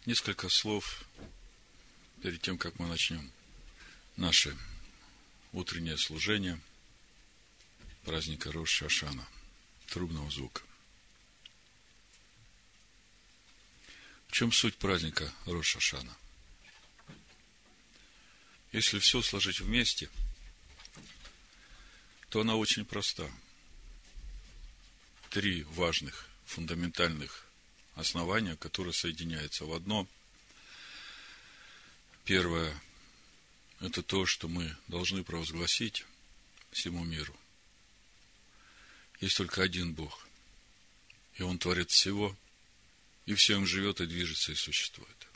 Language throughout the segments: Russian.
Несколько слов перед тем, как мы начнем наше утреннее служение праздника Рош Хашана, трубного звука. В чем суть праздника Рош Хашана? Если все сложить вместе, то она очень проста. 3 важных, фундаментальных основания, которые соединяются в одно. Первое – это то, что мы должны провозгласить всему миру. Есть только один Бог, и Он творит всего, и все им живет, и движется, и существует.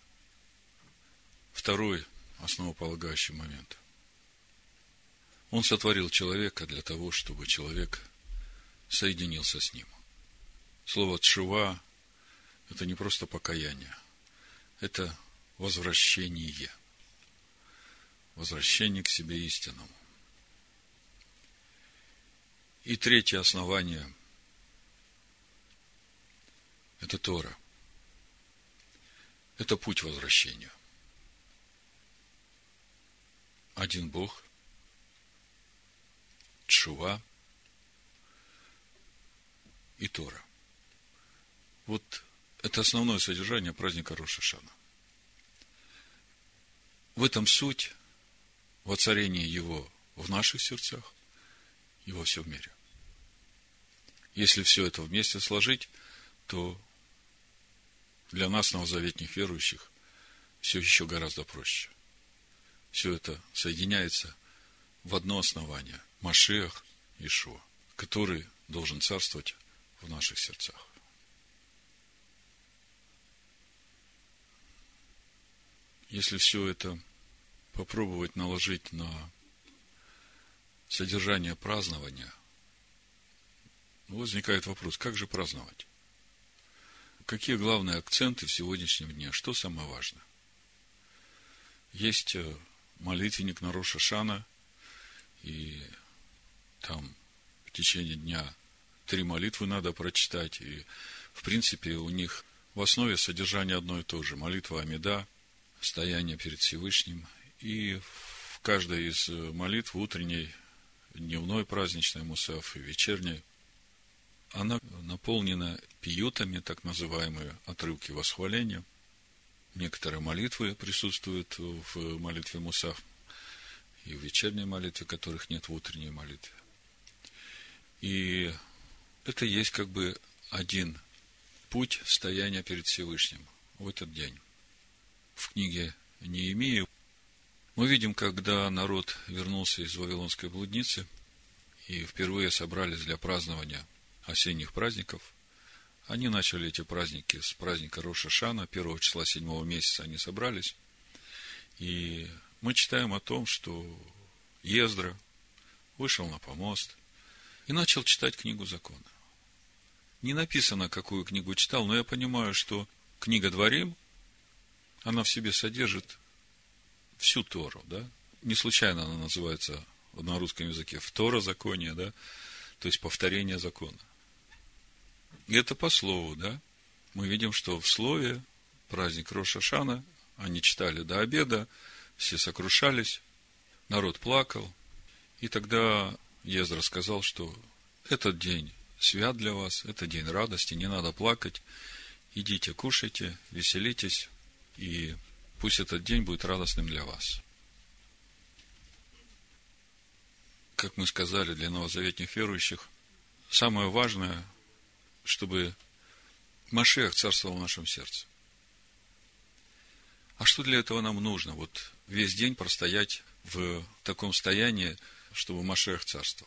Второй основополагающий момент. Он сотворил человека для того, чтобы человек соединился с ним. Слово «тшува» – это не просто покаяние, это возвращение. Возвращение к себе истинному. И третье основание – это Тора. Это путь возвращения. Один Бог, тшува и Тора. Вот это основное содержание праздника Рош Хашана. В этом суть воцарения его в наших сердцах и во всем мире. Если все это вместе сложить, то для нас, новозаветных верующих, все еще гораздо проще. Все это соединяется в одно основание – Машиах Иешуа, который должен царствовать в наших сердцах. Если все это попробовать наложить на содержание празднования, возникает вопрос, как же праздновать? Какие главные акценты в сегодняшнем дне? Что самое важное? Есть молитвенник на Рош Хашана, и там в течение дня 3 молитвы надо прочитать, и в принципе у них в основе содержание одно и то же. Молитва Амида, стояние перед Всевышним, и в каждой из молитв, утренней, дневной праздничной Мусав и вечерней, она наполнена пиютами, так называемые отрывки восхваления. Некоторые молитвы присутствуют в молитве Мусав и в вечерней молитве, которых нет в утренней молитве. И это есть как бы один путь стояния перед Всевышним в этот день. В книге Неемии мы видим, когда народ вернулся из Вавилонской блудницы и впервые собрались для празднования осенних праздников, они начали эти праздники с праздника Рош Хашана, 1 числа 7 месяца они собрались, и мы читаем о том, что Ездра вышел на помост и начал читать книгу закона. Не написано, какую книгу читал, но я понимаю, что книга Дворим, она в себе содержит всю Тору, да? Не случайно она называется на русском языке второзаконие, да? То есть повторение закона. И это по слову, да? Мы видим, что в слове праздник Рош Хашана, они читали до обеда, все сокрушались, народ плакал. И тогда Ездра сказал, что этот день свят для вас, это день радости, не надо плакать, идите, кушайте, веселитесь, и пусть этот день будет радостным для вас. Как мы сказали, для новозаветных верующих, самое важное, чтобы Машиах царствовал в нашем сердце. А что для этого нам нужно? Вот весь день простоять в таком состоянии, чтобы Машиах царствовал.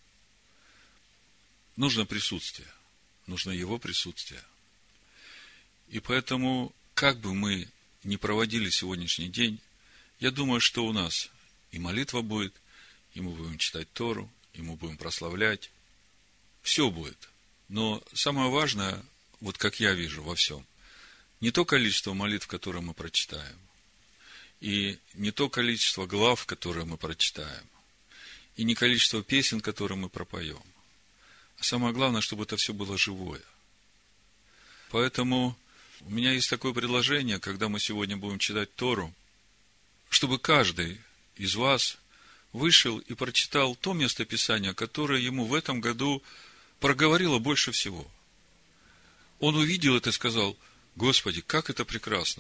Нужно присутствие. Нужно его присутствие. И поэтому, как бы мы ни проводили сегодняшний день, я думаю, что у нас и молитва будет, и мы будем читать Тору, и мы будем прославлять. Все будет. Но самое важное, вот как я вижу во всем, не то количество молитв, которые мы прочитаем, и не то количество глав, которые мы прочитаем, и не количество песен, которые мы пропоем. А самое главное, чтобы это все было живое. Поэтому У меня есть такое предложение, когда мы сегодня будем читать Тору, чтобы каждый из вас вышел и прочитал то место Писания, которое ему в этом году проговорило больше всего. Он увидел это и сказал: Господи, как это прекрасно!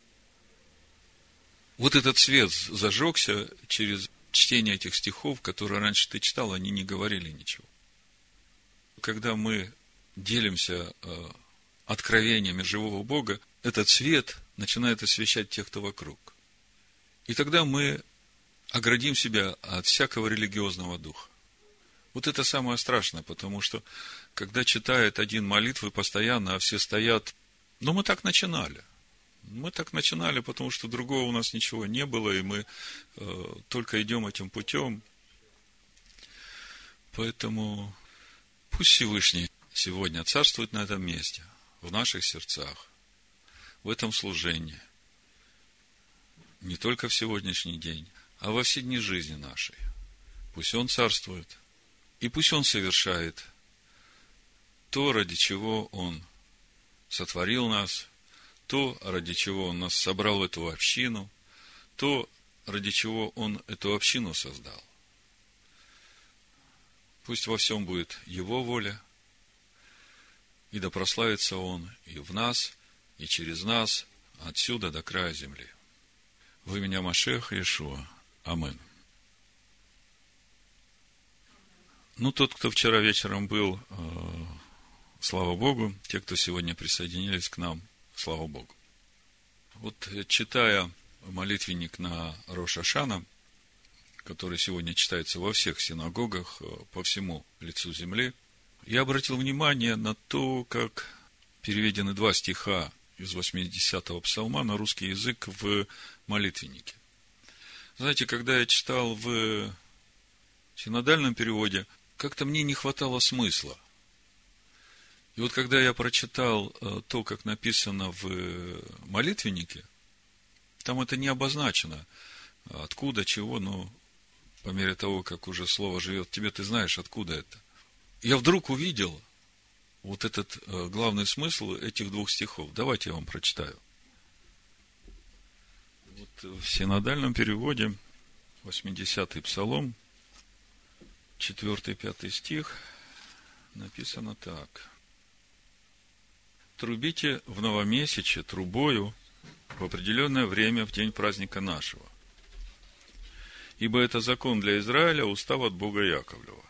Вот этот свет зажегся через чтение этих стихов, которые раньше ты читал, они не говорили ничего. Когда мы делимся откровениями живого Бога, этот свет начинает освещать тех, кто вокруг. И тогда мы оградим себя от всякого религиозного духа. Вот это самое страшное, потому что, когда читает один молитвы постоянно, а все стоят, мы так начинали. Мы так начинали, потому что другого у нас ничего не было, и мы только идем этим путем. Поэтому пусть Всевышний сегодня царствует на этом месте, в наших сердцах, в этом служении. Не только в сегодняшний день, а во все дни жизни нашей. Пусть Он царствует, и пусть Он совершает то, ради чего Он сотворил нас, то, ради чего Он нас собрал в эту общину, то, ради чего Он эту общину создал. Пусть во всем будет Его воля, и да прославится Он и в нас, и через нас, отсюда до края земли. Во имя Машеха Иешуа. Амин. Тот, кто вчера вечером был, слава Богу. Те, кто сегодня присоединились к нам, слава Богу. Читая молитвенник на Рош ха-Шана, который сегодня читается во всех синагогах по всему лицу земли, я обратил внимание на то, как переведены 2 стиха из 80-го псалма на русский язык в молитвеннике. Знаете, когда я читал в синодальном переводе, как-то мне не хватало смысла. И когда я прочитал то, как написано в молитвеннике, там это не обозначено, откуда, чего, но по мере того, как уже слово живет в тебе, ты знаешь, откуда это. Я вдруг увидел этот главный смысл этих 2 стихов. Давайте я вам прочитаю. В синодальном переводе 80-й псалом, 4-5 стих, написано так. «Трубите в новомесяче трубою в определенное время в день праздника нашего, ибо это закон для Израиля, устав от Бога Яковлева».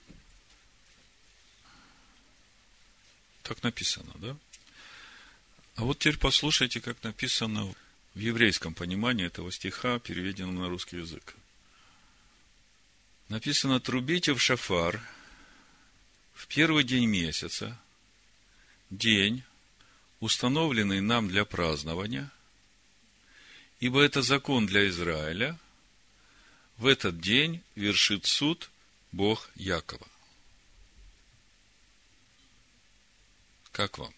Так написано, да? А теперь послушайте, как написано в еврейском понимании этого стиха, переведенном на русский язык. Написано: «Трубите в шафар в первый день месяца, день, установленный нам для празднования, ибо это закон для Израиля, в этот день вершит суд Бог Якова». Как вам?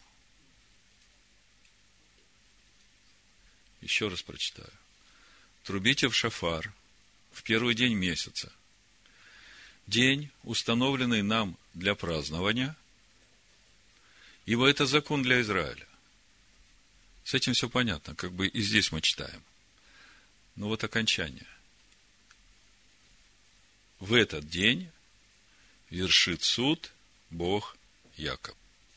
Еще раз прочитаю. «Трубите в шафар в первый день месяца, день, установленный нам для празднования, ибо это закон для Израиля». С этим все понятно, и здесь мы читаем. Но окончание. В этот день вершит суд Бог Яков.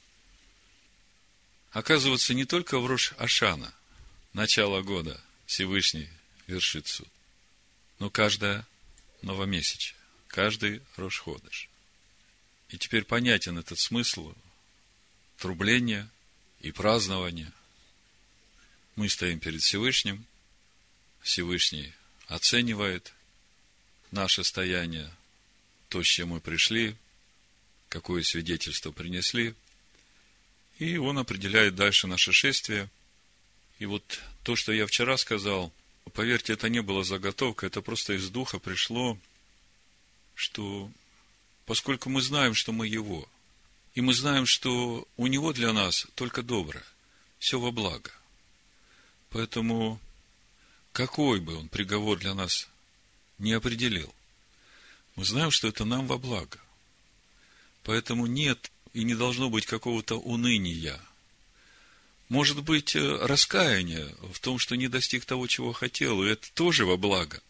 Оказывается, не только в Рош ха-Шана, начало года, Всевышний вершит суд, но каждое новомесячие, каждый Рош ходеш. И теперь понятен этот смысл трубления и празднования. Мы стоим перед Всевышним, Всевышний оценивает наше стояние, то, с чем мы пришли, какое свидетельство принесли, и Он определяет дальше наше шествие. И то, что я вчера сказал, поверьте, это не было заготовка, это просто из духа пришло, что поскольку мы знаем, что мы Его, и мы знаем, что у Него для нас только доброе, все во благо. Поэтому, какой бы Он приговор для нас не определил, мы знаем, что это нам во благо. Поэтому нет и не должно быть какого-то уныния. Может быть, раскаяние в том, что не достиг того, чего хотел, и это тоже во благо.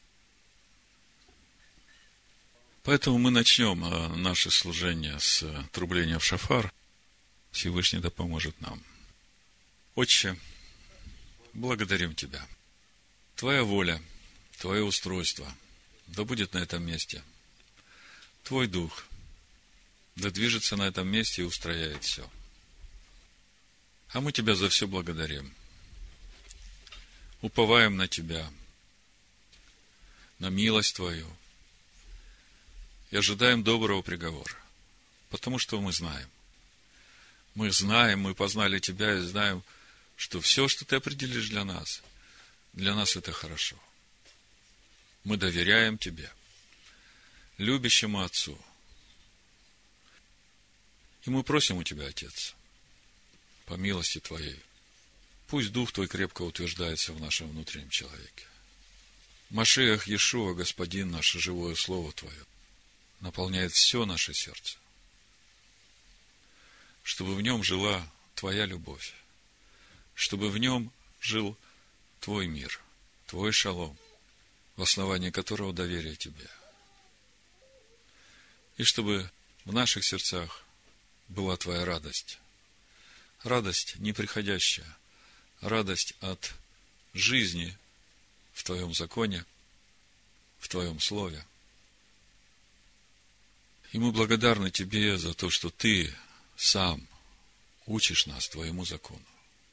Поэтому мы начнем наше служение с трубления в шафар. Всевышний да поможет нам. Отче, благодарим Тебя. Твоя воля, Твое устройство, да будет на этом месте. Твой Дух, да движется на этом месте и устрояет все. А мы Тебя за все благодарим. Уповаем на Тебя, на милость Твою, и ожидаем доброго приговора, потому что мы знаем. Мы знаем, мы познали Тебя и знаем, что все, что Ты определишь для нас это хорошо. Мы доверяем Тебе, любящему Отцу. И мы просим у Тебя, Отец, по милости Твоей, пусть Дух Твой крепко утверждается в нашем внутреннем человеке. Машиах Иешуа, Господин наше живое Слово Твое, наполняет все наше сердце, чтобы в нем жила Твоя любовь, чтобы в нем жил Твой мир, Твой шалом, в основании которого доверие Тебе. И чтобы в наших сердцах была Твоя радость. Радость неприходящая, радость от жизни в Твоем законе, в Твоем Слове. И мы благодарны Тебе за то, что Ты сам учишь нас Твоему закону.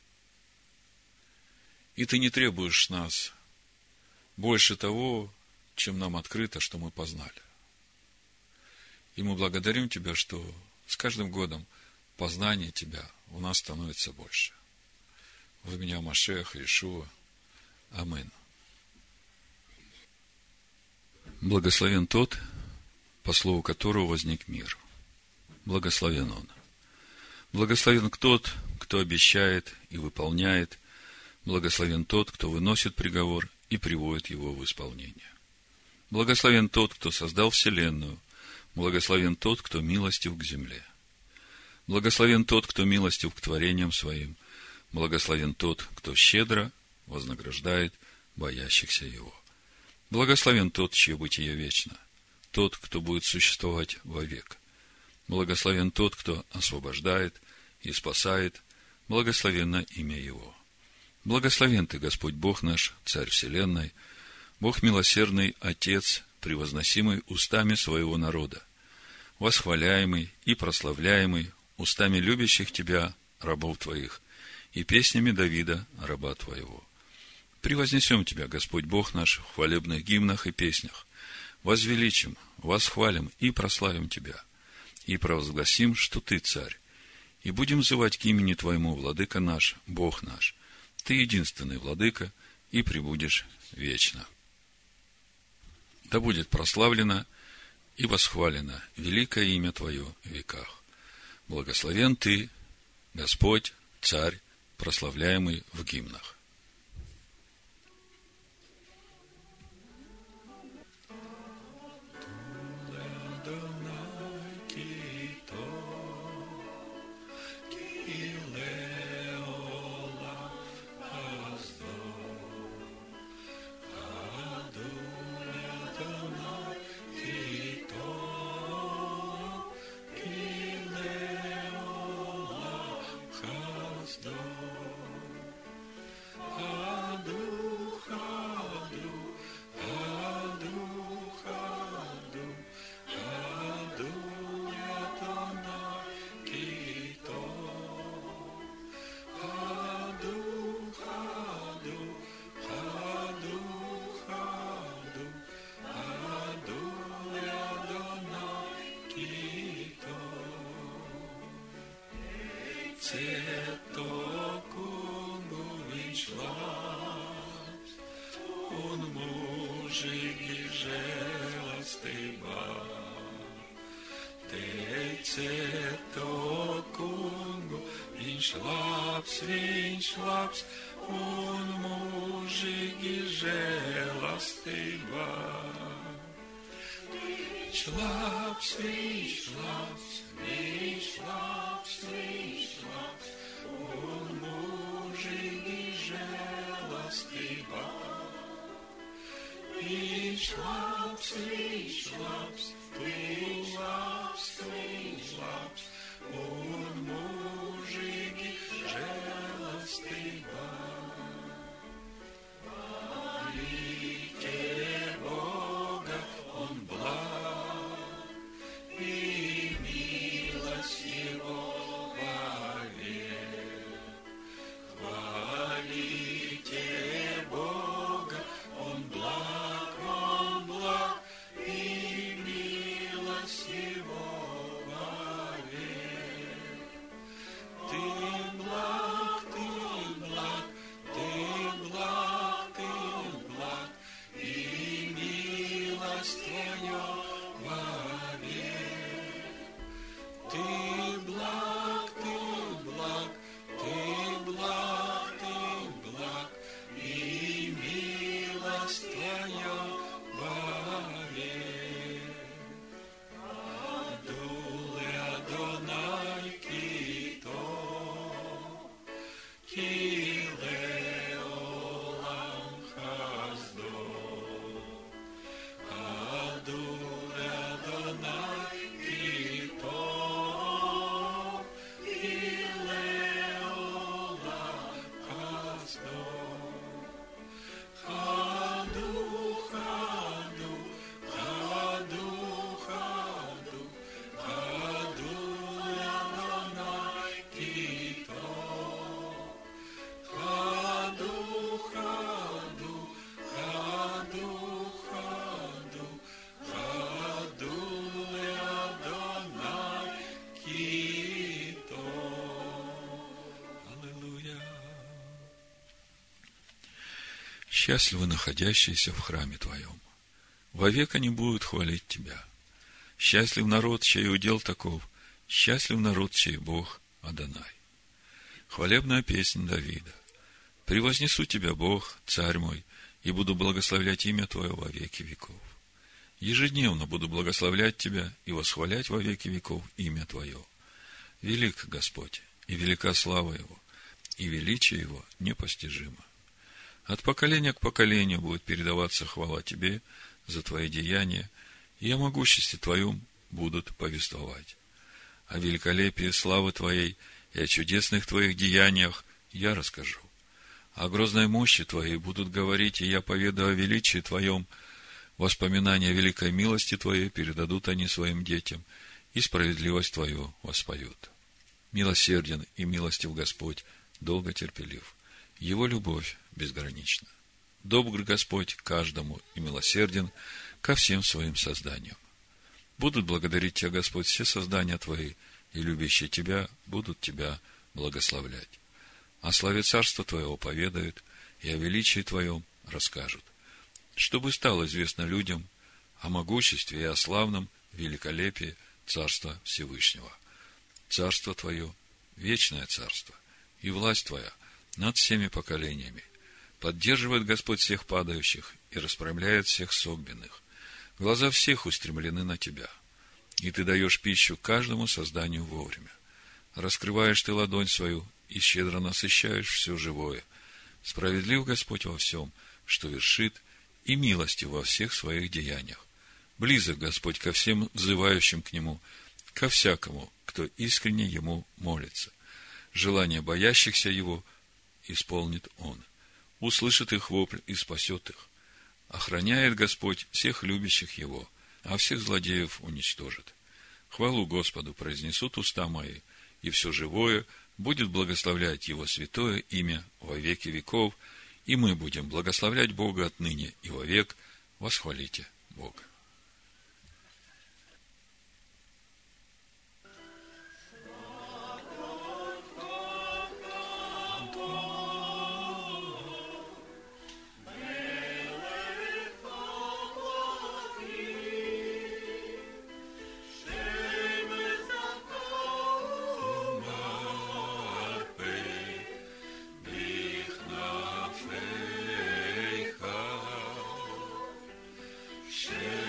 И Ты не требуешь с нас больше того, чем нам открыто, что мы познали. И мы благодарим Тебя, что с каждым годом познание Тебя у нас становится больше. Во имя Машиаха Иешуа. Амин. Благословен тот, по слову которого возник мир. Благословен он. Благословен тот, кто обещает и выполняет. Благословен тот, кто выносит приговор и приводит его в исполнение. Благословен тот, кто создал вселенную. Благословен тот, кто милостив к земле. Благословен тот, кто милостив к творениям своим. Благословен тот, кто щедро вознаграждает боящихся его. Благословен тот, чье бытие вечно. Тот, кто будет существовать вовек. Благословен тот, кто освобождает и спасает. Благословенно имя его. Благословен Ты, Господь Бог наш, Царь вселенной, Бог милосердный, Отец, превозносимый устами своего народа, восхваляемый и прославляемый устами любящих Тебя, рабов Твоих, и песнями Давида, раба Твоего. Превознесем Тебя, Господь Бог наш, в хвалебных гимнах и песнях, возвеличим, восхвалим и прославим Тебя, и провозгласим, что Ты Царь, и будем взывать к имени Твоему, Владыка наш, Бог наш. Ты единственный Владыка, и пребудешь вечно. Да будет прославлено и восхвалено великое имя Твое в веках. Благословен Ты, Господь, Царь, прославляемый в гимнах. Viņš labs un mūžīgi žēlastībā. Viņš labs, viņš labs, viņš labs, viņš labs un mūžīgi. мужиги желостый Бог. Свиншлапс, свиншлапс, свиншлапс, он мужиги желостый Бог. Хвалите Бога, он благ, и милость его вовек. Хвалите Бога, он благ, и милость его вовек. Ты благ, ты благ, ты благ, ты благ, и милость твоя вовек. Ты благ, ты благ, ты благ, ты благ, и милость твоя вовек. Адуле Адонай кито, киле олам хаздо. Адуле Адонай кито, киле олам хаздо. Хаду, хаду, хаду, хаду, хаду, Адонай кито. Хаду, хаду, хаду, хаду, хаду, Адонай кито. Аллилуйя. Счастливы находящиеся в храме Твоем. Вовек они будут хвалить Тебя. Счастлив народ, чей удел таков. Счастлив народ, чей Бог Адонай. Хвалебная песня Давида. Превознесу Тебя, Бог, Царь мой, и буду благословлять имя Твое во веки веков. Ежедневно буду благословлять Тебя и восхвалять во веки веков имя Твое. Велик Господь, и велика слава Его, и величие Его непостижимо. От поколения к поколению будет передаваться хвала Тебе за Твои деяния, и о могуществе Твоем будут повествовать. О великолепии славы Твоей и о чудесных Твоих деяниях я расскажу. О грозной мощи Твоей будут говорить, и я поведаю о величии Твоем. Воспоминания о великой милости Твоей передадут они своим детям, и справедливость Твою воспоют. Милосерден и милостив Господь, долго терпелив. Его любовь безгранична. Добр Господь каждому и милосерден ко всем своим созданиям. Будут благодарить Тебя, Господь, все создания Твои, и любящие Тебя будут Тебя благословлять. О славе Царства Твоего поведают, и о величии Твоем расскажут, чтобы стало известно людям о могуществе и о славном великолепии Царства Всевышнего. Царство Твое – вечное царство, и власть Твоя над всеми поколениями. Поддерживает Господь всех падающих и расправляет всех согбенных. Глаза всех устремлены на Тебя, и Ты даешь пищу каждому созданию вовремя. Раскрываешь Ты ладонь свою и щедро насыщаешь все живое. Справедлив Господь во всем, что вершит, и милостив во всех своих деяниях. Близок Господь ко всем взывающим к Нему, ко всякому, кто искренне Ему молится. Желание боящихся Его исполнит Он. Услышит их вопль и спасет их. Охраняет Господь всех любящих Его, а всех злодеев уничтожит. Хвалу Господу произнесут уста мои, и все живое будет благословлять Его святое имя во веки веков, и мы будем благословлять Бога отныне и вовек. Восхвалите Бога. Share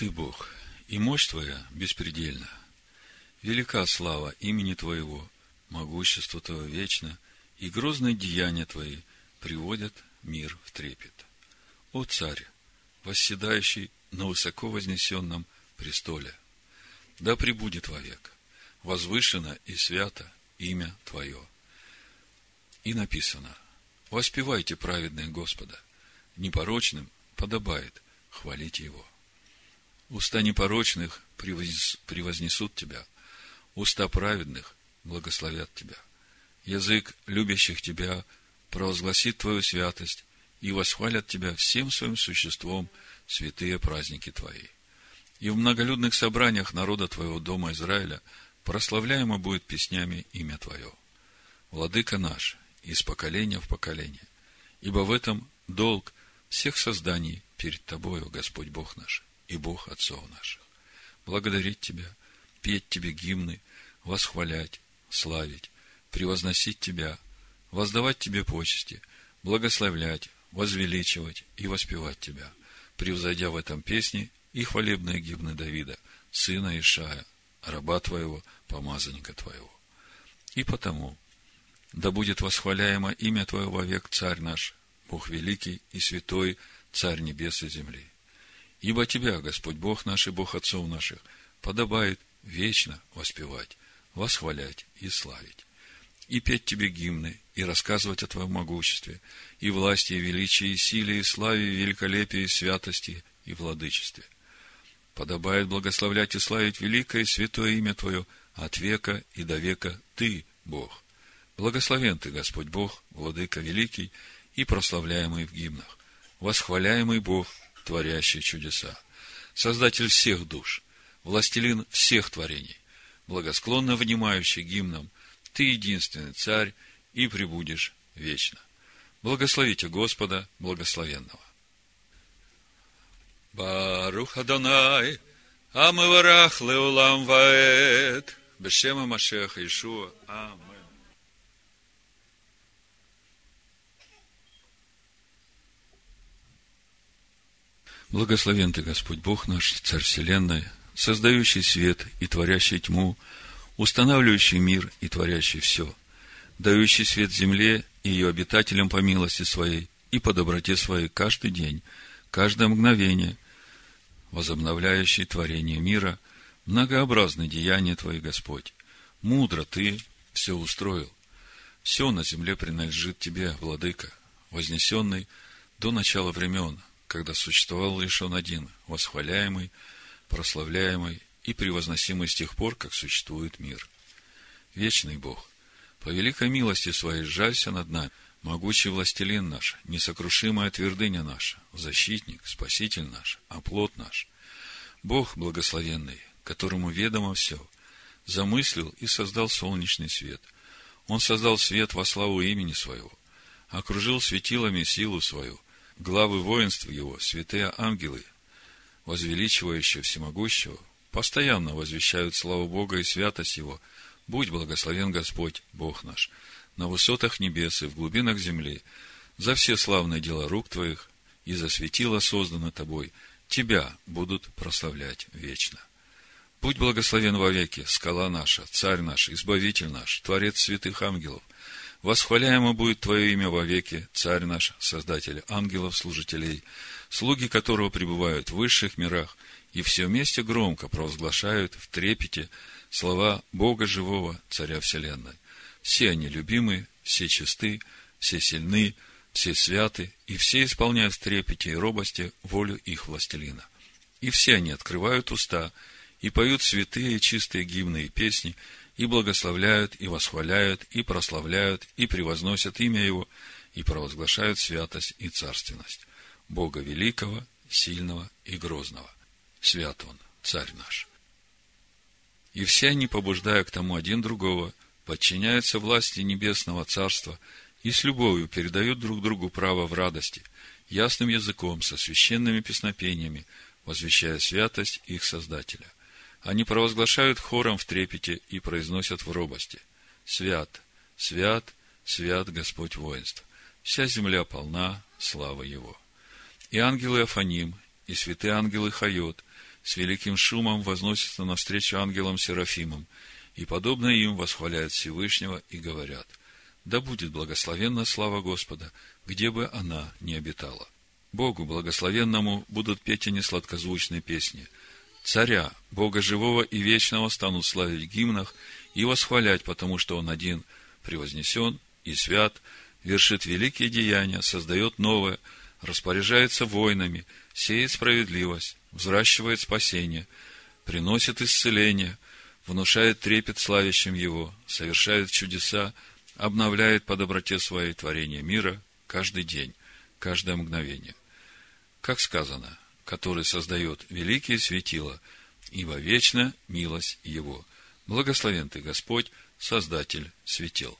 Ты Бог, и мощь Твоя беспредельна. Велика слава имени Твоего, могущество Твое вечно, и грозные деяния Твои приводят мир в трепет. О Царь, восседающий на высоко вознесенном престоле, да пребудет вовек, возвышено и свято имя Твое. И написано: воспевайте праведное Господа, непорочным подобает хвалить Его. Уста непорочных превознесут Тебя, уста праведных благословят Тебя. Язык любящих Тебя провозгласит Твою святость, и восхвалят Тебя всем своим существом святые праздники Твои. И в многолюдных собраниях народа Твоего дома Израиля прославляемо будет песнями имя Твое. Владыка наш из поколения в поколение, ибо в этом долг всех созданий перед Тобою, Господь Бог наш и Бог отцов наших. Благодарить Тебя, петь Тебе гимны, восхвалять, славить, превозносить Тебя, воздавать Тебе почести, благословлять, возвеличивать и воспевать Тебя, превзойдя в этом песни и хвалебные гимны Давида, сына Ишая, раба Твоего, помазанника Твоего. И потому, да будет восхваляемо имя Твое вовек, Царь наш, Бог великий и святой, Царь небес и земли. Ибо Тебя, Господь Бог наш и Бог отцов наших, подобает вечно воспевать, восхвалять и славить, и петь Тебе гимны, и рассказывать о Твоем могуществе, и власти, и величии, и силе, и славе, и великолепии, и святости, и владычестве. Подобает благословлять и славить великое и святое имя Твое от века и до века Ты, Бог. Благословен Ты, Господь Бог, Владыка великий и прославляемый в гимнах, восхваляемый Бог, творящий чудеса, Создатель всех душ, Властелин всех творений, благосклонно внимающий гимнам, Ты единственный Царь и пребудешь вечно. Благословите Господа, благословенного. Барух Адонай, Амеварах Леулам Ваэт, Бешема Машеха Иешуа. Амин. Благословен Ты, Господь Бог наш, Царь вселенной, создающий свет и творящий тьму, устанавливающий мир и творящий все, дающий свет земле и ее обитателям по милости Своей и по доброте Своей каждый день, каждое мгновение, возобновляющий творение мира, многообразные деяния Твои, Господь. Мудро Ты все устроил. Все на земле принадлежит Тебе, Владыка, вознесенный до начала времен, когда существовал лишь Он один, восхваляемый, прославляемый и превозносимый с тех пор, как существует мир. Вечный Бог, по великой милости Своей сжалься над нами, могучий властелин наш, несокрушимая твердыня наша, защитник, спаситель наш, оплот наш. Бог благословенный, которому ведомо все, замыслил и создал солнечный свет. Он создал свет во славу имени Своего, окружил светилами силу Свою, главы воинств Его, святые ангелы, возвеличивающие всемогущего, постоянно возвещают славу Бога и святость Его. Будь благословен Господь, Бог наш, на высотах небес и в глубинах земли, за все славные дела рук Твоих, и за светила, созданы Тобой, Тебя будут прославлять вечно. Будь благословен вовеки, скала наша, Царь наш, Избавитель наш, Творец святых ангелов. Восхваляемо будет Твое имя вовеки, Царь наш, Создатель ангелов, служителей, слуги которого пребывают в высших мирах, и все вместе громко провозглашают в трепете слова Бога живого, Царя вселенной. Все они любимы, все чисты, все сильны, все святы, и все исполняют в трепете и робости волю их властелина. И все они открывают уста, и поют святые и чистые гимны и песни, и благословляют, и восхваляют, и прославляют, и превозносят имя Его, и провозглашают святость и царственность Бога великого, сильного и грозного. Свят Он, Царь наш. И все они, побуждая к тому один другого, подчиняются власти небесного царства и с любовью передают друг другу право в радости, ясным языком, со священными песнопениями, возвещая святость их Создателя. Они провозглашают хором в трепете и произносят в робости: Свят, свят, свят Господь воинств, вся земля полна славы Его. И ангелы Афаним, и святые ангелы Хайот, с великим шумом возносятся навстречу ангелам Серафимам, и, подобно им, восхваляют Всевышнего и говорят: да будет благословенна слава Господа, где бы она ни обитала. Богу благословенному будут петь они сладкозвучные песни. Царя, Бога живого и вечного, станут славить в гимнах и восхвалять, потому что Он один превознесен и свят, вершит великие деяния, создает новое, распоряжается войнами, сеет справедливость, взращивает спасение, приносит исцеление, внушает трепет славящим Его, совершает чудеса, обновляет по доброте своей творение мира каждый день, каждое мгновение. Как сказано, который создает великие светила, ибо вечна милость Его. Благословен Ты, Господь, Создатель светил.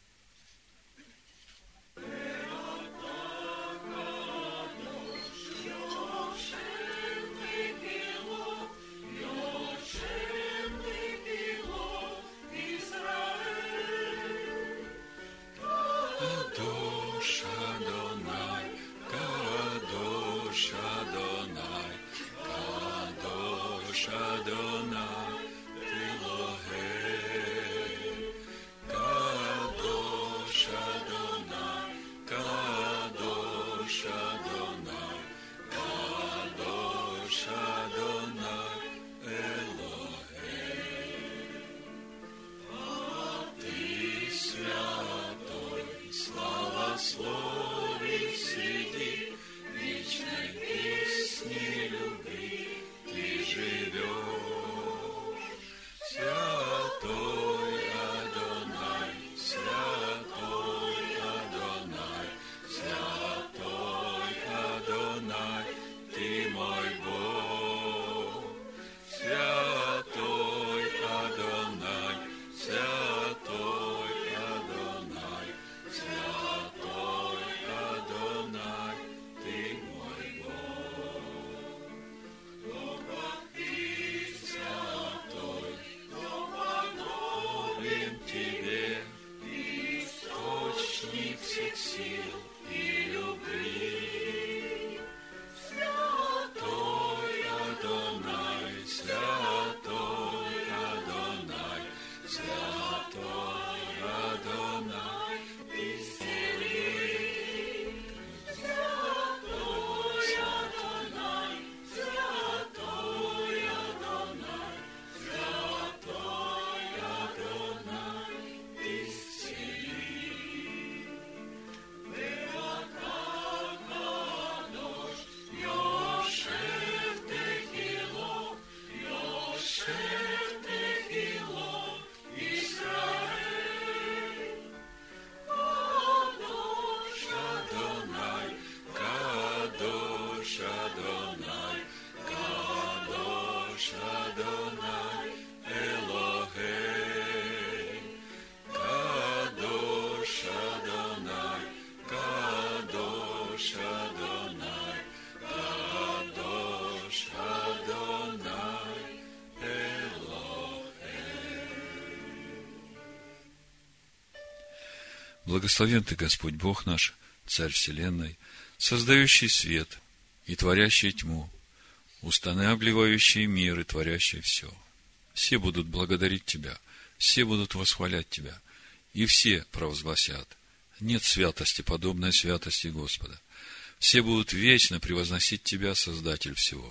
Благословен Ты, Господь Бог наш, Царь вселенной, создающий свет и творящий тьму, устанавливающий мир и творящий все. Все будут благодарить Тебя, все будут восхвалять Тебя, и все провозгласят: нет святости, подобной святости Господа. Все будут вечно превозносить Тебя, Создатель всего.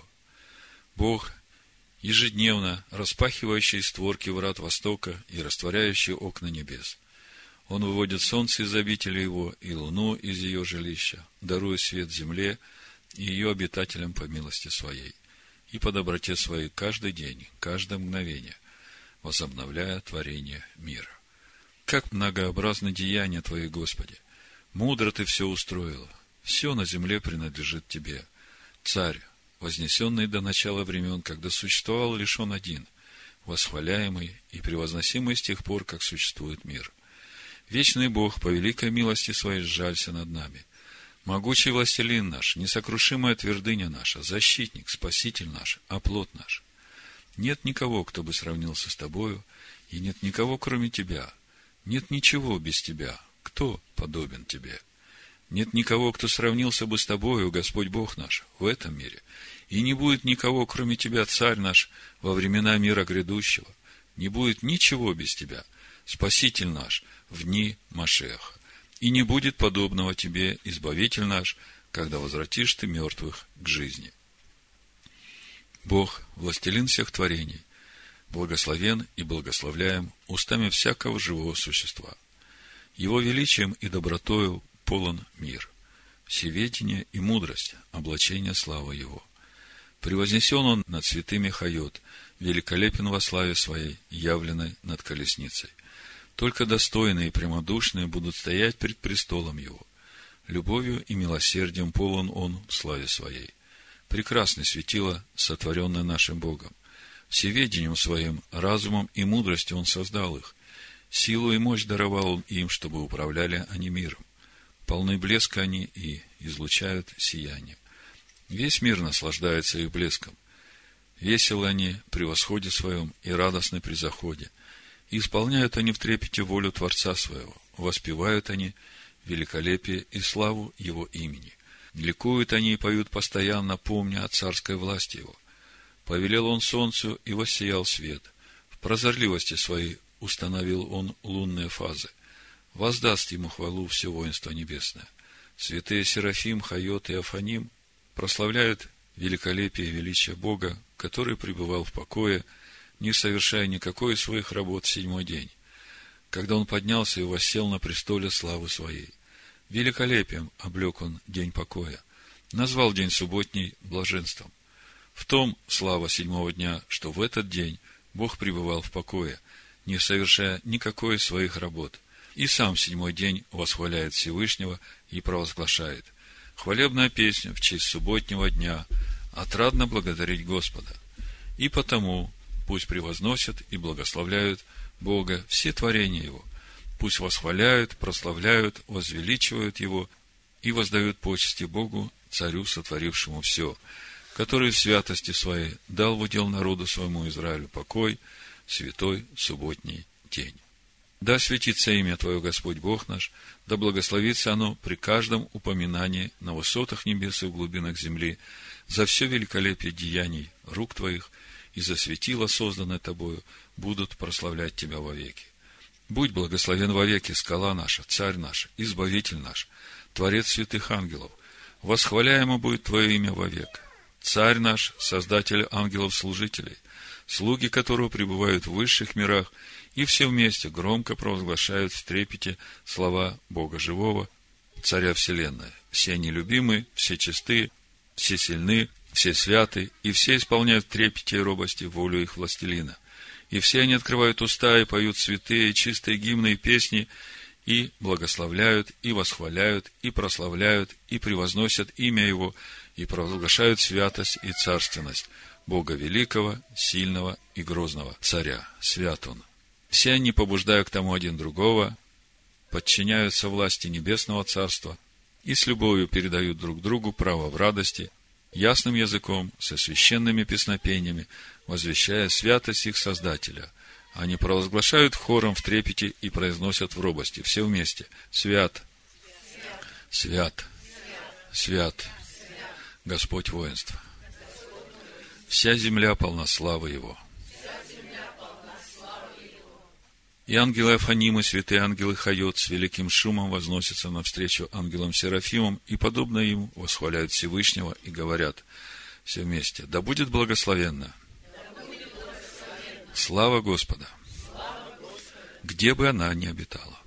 Бог, ежедневно распахивающий створки врат востока и растворяющий окна небес. Он выводит солнце из обители Его и луну из ее жилища, даруя свет земле и ее обитателям по милости Своей, и по доброте Своей каждый день, каждое мгновение, возобновляя творение мира. Как многообразны деяния Твои, Господи! Мудро Ты все устроила, все на земле принадлежит Тебе. Царь, вознесенный до начала времен, когда существовал лишь Он один, восхваляемый и превозносимый с тех пор, как существует мир. Вечный Бог, по великой милости Своей, сжалься над нами. Могучий властелин наш, несокрушимая твердыня наша, защитник, спаситель наш, оплот наш. Нет никого, кто бы сравнился с Тобою, и нет никого, кроме Тебя. Нет ничего без Тебя. Кто подобен Тебе? Нет никого, кто сравнился бы с тобою, Господь Бог наш, в этом мире. И не будет никого, кроме тебя, Царь наш, во времена мира грядущего. Не будет ничего без тебя, Спаситель наш, в дни Машиаха. И не будет подобного тебе, Избавитель наш, когда возвратишь ты мертвых к жизни. Бог, властелин всех творений, благословен и благословляем устами всякого живого существа. Его величием и добротою полон мир, всеведение и мудрость, облачение славы Его. Превознесен Он над святыми Хайот, великолепен во славе Своей, явленной над колесницей. Только достойные и прямодушные будут стоять пред престолом Его. Любовью и милосердием полон Он в славе Своей. Прекрасное светило, сотворенное нашим Богом. Всеведением Своим, разумом и мудростью Он создал их. Силу и мощь даровал Он им, чтобы управляли они миром. Полны блеска они и излучают сияние. Весь мир наслаждается их блеском. Веселы они при восходе своем и радостны при заходе. И исполняют они в трепете волю Творца своего. Воспевают они великолепие и славу Его имени. Ликуют они и поют постоянно, помня о царской власти Его. Повелел Он солнцу, и воссиял свет. В прозорливости своей установил Он лунные фазы. Воздаст Ему хвалу все воинство небесное. Святые Серафим, Хайот и Афаним прославляют великолепие и величие Бога, который пребывал в покое, не совершая никакой из своих работ в седьмой день, когда Он поднялся и воссел на престоле славы Своей. Великолепием облек Он день покоя, назвал день субботний блаженством. В том слава седьмого дня, что в этот день Бог пребывал в покое, не совершая никакой из своих работ, и сам в седьмой день восхваляет Всевышнего и провозглашает: хвалебная песня в честь субботнего дня, отрадно благодарить Господа. И потому пусть превозносят и благословляют Бога все творения Его, пусть восхваляют, прославляют, возвеличивают Его и воздают почести Богу, Царю, сотворившему все, который в святости Своей дал в удел народу своему Израилю покой, святой субботний день. Да светится имя Твое, Господь Бог наш, да благословится оно при каждом упоминании на высотах небес и в глубинах земли за все великолепие деяний рук Твоих, и за светило, созданное Тобою, будут прославлять Тебя вовеки. Будь благословен вовеки скала наша, Царь наш, Избавитель наш, Творец святых ангелов. Восхваляемо будет Твое имя вовек. Царь наш, Создатель ангелов-служителей, слуги которого пребывают в высших мирах, и все вместе громко провозглашают в трепете слова Бога живого, Царя вселенной. Все они любимы, все чисты, все сильны, все святы, и все исполняют в трепете и робости волю их властелина. И все они открывают уста и поют святые, чистые гимны и песни, и благословляют, и восхваляют, и прославляют, и превозносят имя Его, и провозглашают святость и царственность Бога великого, сильного и грозного Царя. Свят Он. Все они, побуждая к тому один другого, подчиняются власти Небесного Царства и с любовью передают друг другу право в радости, ясным языком, со священными песнопениями, возвещая святость их Создателя. Они провозглашают хором в трепете и произносят в робости, все вместе: свят, свят, свят, Господь воинств. Вся земля полна славы Его. И ангелы Афаним и святые ангелы Хайот с великим шумом возносятся навстречу ангелам Серафимам, и, подобно им, восхваляют Всевышнего и говорят все вместе: да будет благословенна слава Господа, где бы она ни обитала.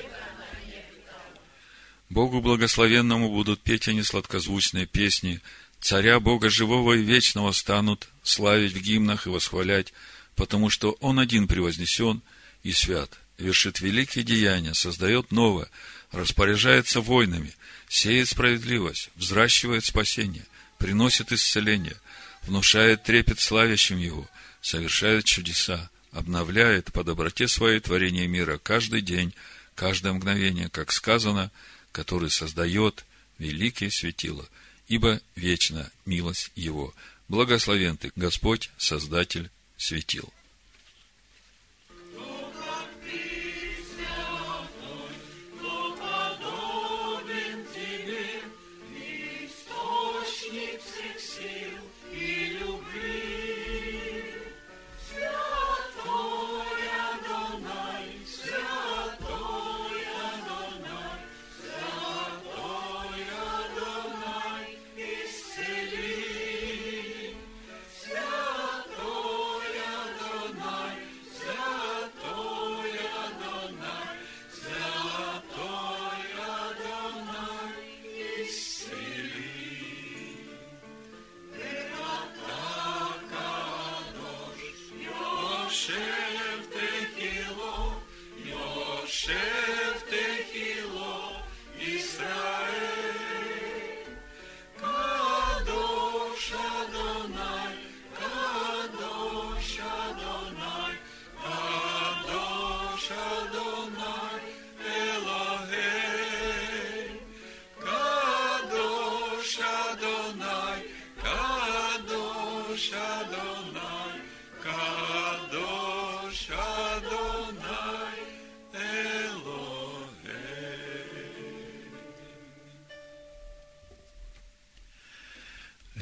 Богу благословенному будут петь они сладкозвучные песни, Царя Бога живого и вечного станут славить в гимнах и восхвалять, потому что Он один превознесен и свят, вершит великие деяния, создает новое, распоряжается войнами, сеет справедливость, взращивает спасение, приносит исцеление, внушает трепет славящим Его, совершает чудеса, обновляет по доброте своей творение мира каждый день, каждое мгновение, как сказано, который создает великие светила, ибо вечна милость Его. Благословен Ты, Господь, Создатель светил. Подобен Тебе.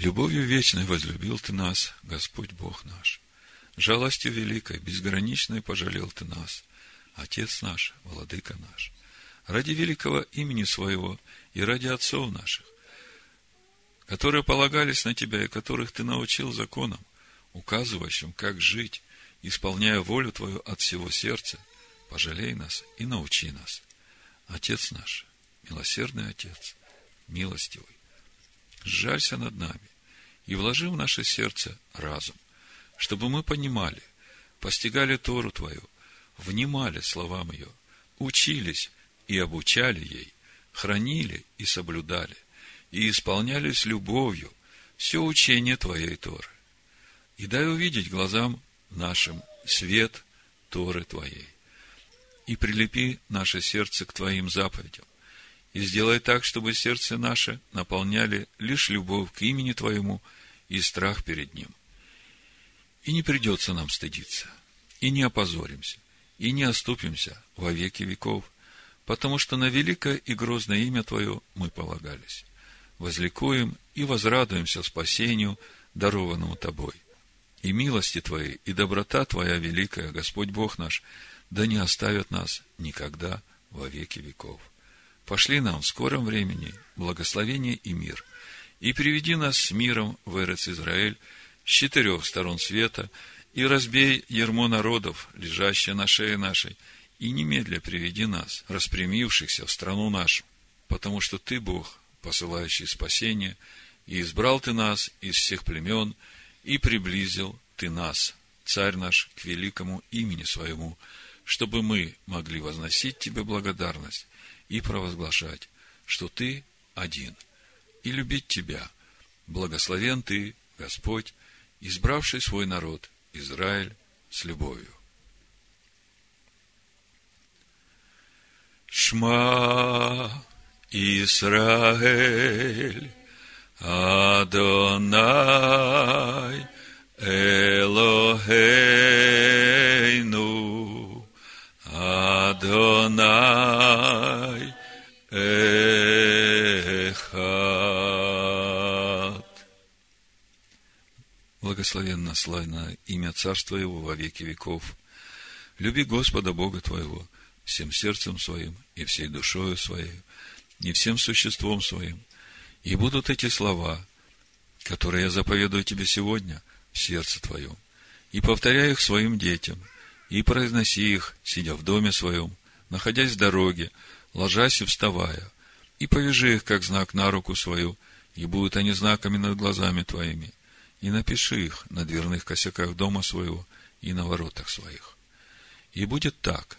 Любовью вечной возлюбил Ты нас, Господь Бог наш. Жалостью великой, безграничной пожалел Ты нас, Отец наш, Владыка наш. Ради великого имени Своего и ради отцов наших, которые полагались на Тебя и которых Ты научил законам, указывающим, как жить, исполняя волю Твою от всего сердца, пожалей нас и научи нас. Отец наш, милосердный Отец, милостивый, сжалься над нами и вложи в наше сердце разум, чтобы мы понимали, постигали Тору Твою, внимали словам ее, учились и обучали ей, хранили и соблюдали, и исполняли с любовью все учение Твоей Торы. И дай увидеть глазам нашим свет Торы Твоей. И прилепи наше сердце к Твоим заповедям. И сделай так, чтобы сердце наше наполняли лишь любовь к имени Твоему и страх перед Ним. И не придется нам стыдиться, и не опозоримся, и не оступимся во веки веков, потому что на великое и грозное имя Твое мы полагались. Возликуем и возрадуемся спасению, дарованному Тобой. И милости Твои, и доброта Твоя великая, Господь Бог наш, да не оставят нас никогда во веки веков. Пошли нам в скором времени благословение и мир, и приведи нас с миром в Эрец Израиль с 4 сторон света, и разбей ярмо народов, лежащее на шее нашей, и немедля приведи нас, распрямившихся, в страну нашу, потому что Ты, Бог, посылающий спасение, и избрал Ты нас из всех племен, и приблизил Ты нас, Царь наш, к великому имени Своему, чтобы мы могли возносить Тебе благодарность и провозглашать, что Ты один, и любить Тебя. Благословен Ты, Господь, избравший свой народ, Израиль, с любовью. Шма Исраэль, Адонай Элохейну, Адонай Эхад. Благословенно славное имя Царства Его во веки веков. Люби Господа Бога твоего всем сердцем своим и всей душою своей, и всем существом своим. И будут эти слова, которые я заповедую тебе сегодня, в сердце твоем, и повторяй их своим детям, и произноси их, сидя в доме своем, находясь в дороге, ложась и вставая, и повяжи их, как знак на руку свою, и будут они знаками над глазами твоими, и напиши их на дверных косяках дома своего и на воротах своих. И будет так,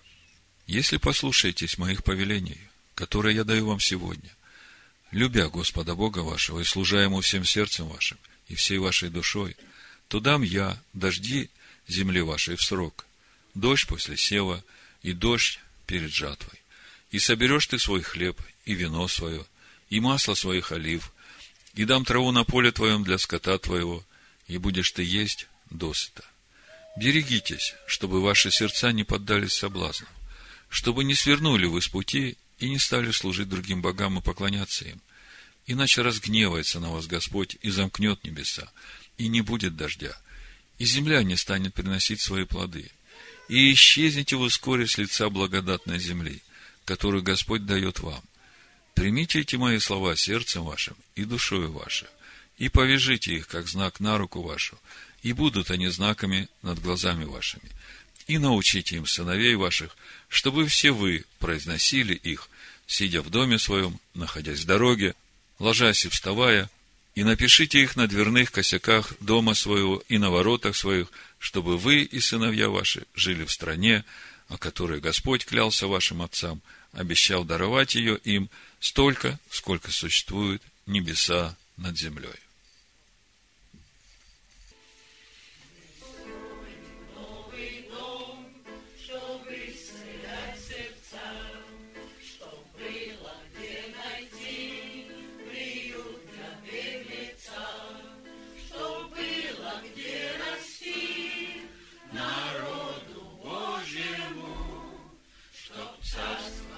если послушаетесь моих повелений, которые я даю вам сегодня, любя Господа Бога вашего и служа Ему всем сердцем вашим и всей вашей душой, то дам я дожди земле вашей в срок, дождь после сева и дождь перед жатвой. И соберешь ты свой хлеб, и вино свое, и масло своих олив, и дам траву на поле твоем для скота твоего, и будешь ты есть досыта. Берегитесь, чтобы ваши сердца не поддались соблазну, чтобы не свернули вы с пути и не стали служить другим богам и поклоняться им. Иначе разгневается на вас Господь и замкнет небеса, и не будет дождя, и земля не станет приносить свои плоды, и исчезнете вы вскоре с лица благодатной земли, которую Господь дает вам. Примите эти мои слова сердцем вашим и душою вашей, и повяжите их, как знак на руку вашу, и будут они знаками над глазами вашими. И научите им сыновей ваших, чтобы все вы произносили их, сидя в доме своем, находясь в дороге, ложась и вставая, и напишите их на дверных косяках дома своего и на воротах своих, чтобы вы и сыновья ваши жили в стране, о которой Господь клялся вашим отцам, обещал даровать ее им столько, сколько существует небеса над землей.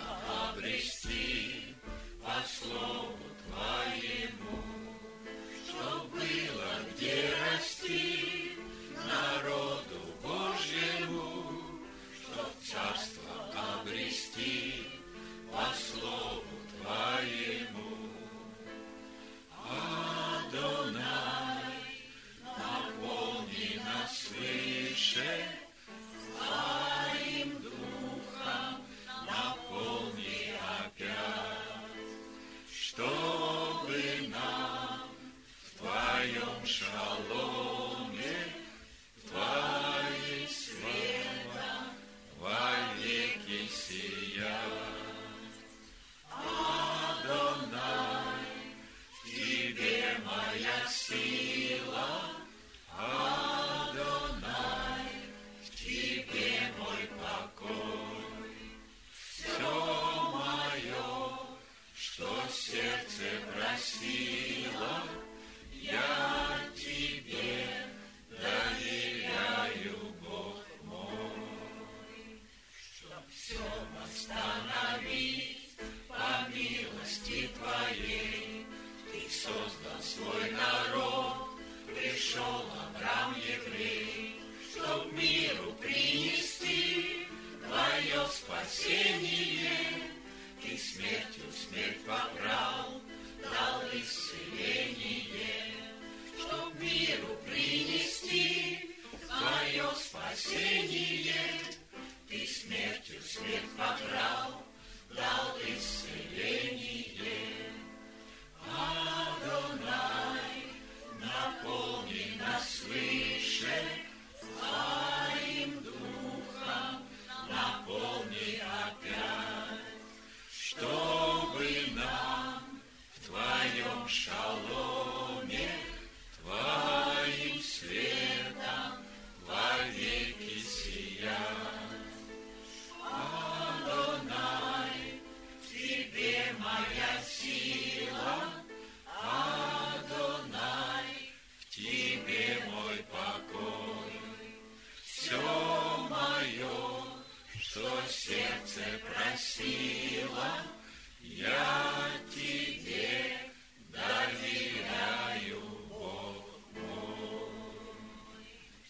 Слову Твоему, Твоем шаломе, Твоим светом вовеки сият. Адонай, в Тебе моя сила, Адонай, в Тебе мой покой. Все мое, что сердце просило, я Тебе доверяю, Бог мой. Чтоб все восстановить по милости Твоей, Ты создал свой народ, пришел Авраам еврей, чтоб миру принести Твое спасение. Ты смертью смерть побрал, дал исцеление, чтоб миру принести Твое спасение. Ты смертью смерть побрал, дал исцеление. Адонай, наполни нас свыше Твоим Духом, наполни опять, чтобы нам в Твоем шаломе, Твоим светом вовеки сиять. Адонай, в Тебе моя сила, Адонай, в Тебе мой покой. Все мое, что сердце просило, я Тебе доверяю, Бог мой.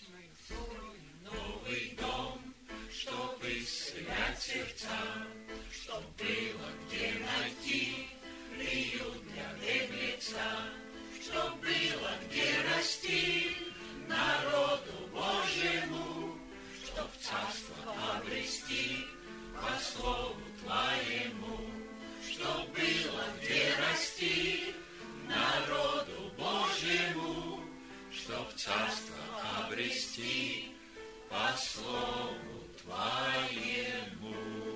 Новый дом, чтоб исцелять сердца, чтоб было где найти приют для беглеца, чтоб было где расти народу Божьему, чтоб царство обрести по слову Твоему, чтоб было где расти народу Божьему, чтоб царство обрести по слову Твоему.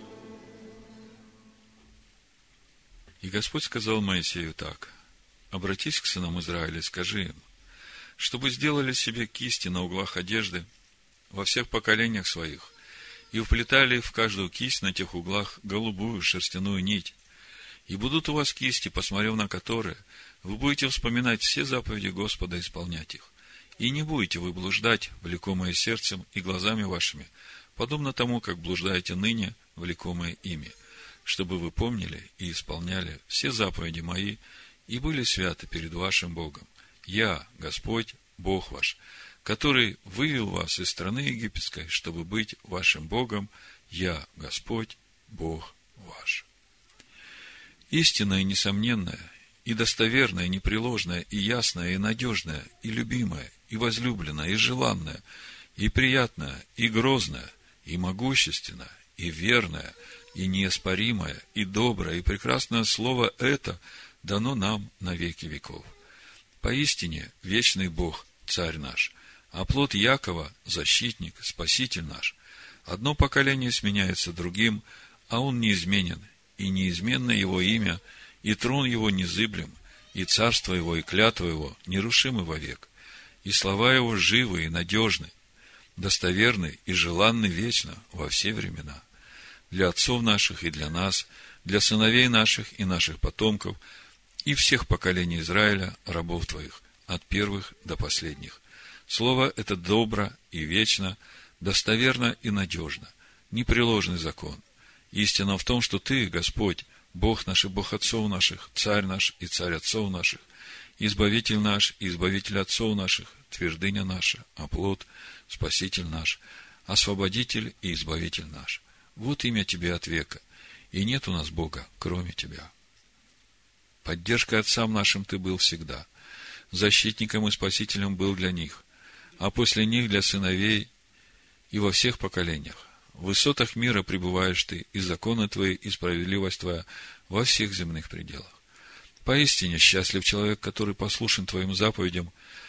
И Господь сказал Моисею так: обратись к сынам Израиля и скажи им, чтобы сделали себе кисти на углах одежды во всех поколениях своих, и вплетали в каждую кисть на тех углах голубую шерстяную нить. И будут у вас кисти, посмотрев на которые, вы будете вспоминать все заповеди Господа и исполнять их. И не будете вы блуждать, влекомые сердцем и глазами вашими, подобно тому, как блуждаете ныне, влекомые ими, чтобы вы помнили и исполняли все заповеди мои и были святы перед вашим Богом. Я, Господь, Бог ваш, который вывел вас из страны египетской, чтобы быть вашим Богом. Я, Господь, Бог ваш. Истинное, несомненное, и достоверное, непреложное, и ясное, и надежное, и любимое, и возлюбленное, и желанное, и приятное, и грозное, и могущественное, и верное, и неоспоримое, и доброе, и прекрасное слово это дано нам на веки веков. Поистине, вечный Бог, Царь наш, а плод Якова, защитник, Спаситель наш. Одно поколение сменяется другим, а он неизменен, и неизменно его имя, и трон его незыблем, и царство его, и клятва его нерушимы вовек, и слова его живы и надежны, достоверны и желанны вечно во все времена, для отцов наших и для нас, для сыновей наших и наших потомков, и всех поколений Израиля, рабов Твоих, от первых до последних. Слово это добро и вечно, достоверно и надежно, непреложный закон. Истина в том, что Ты, Господь, Бог наш и Бог отцов наших, Царь наш и Царь отцов наших, Избавитель наш и Избавитель отцов наших, Твердыня наша, оплот, Спаситель наш, Освободитель и Избавитель наш. Вот имя Тебе от века, и нет у нас Бога, кроме Тебя. Поддержкой отцам нашим Ты был всегда, защитником и спасителем был для них, а после них для сыновей и во всех поколениях. В высотах мира пребываешь Ты, и законы Твои, и справедливость Твоя во всех земных пределах. Поистине счастлив человек, который послушен Твоим заповедям,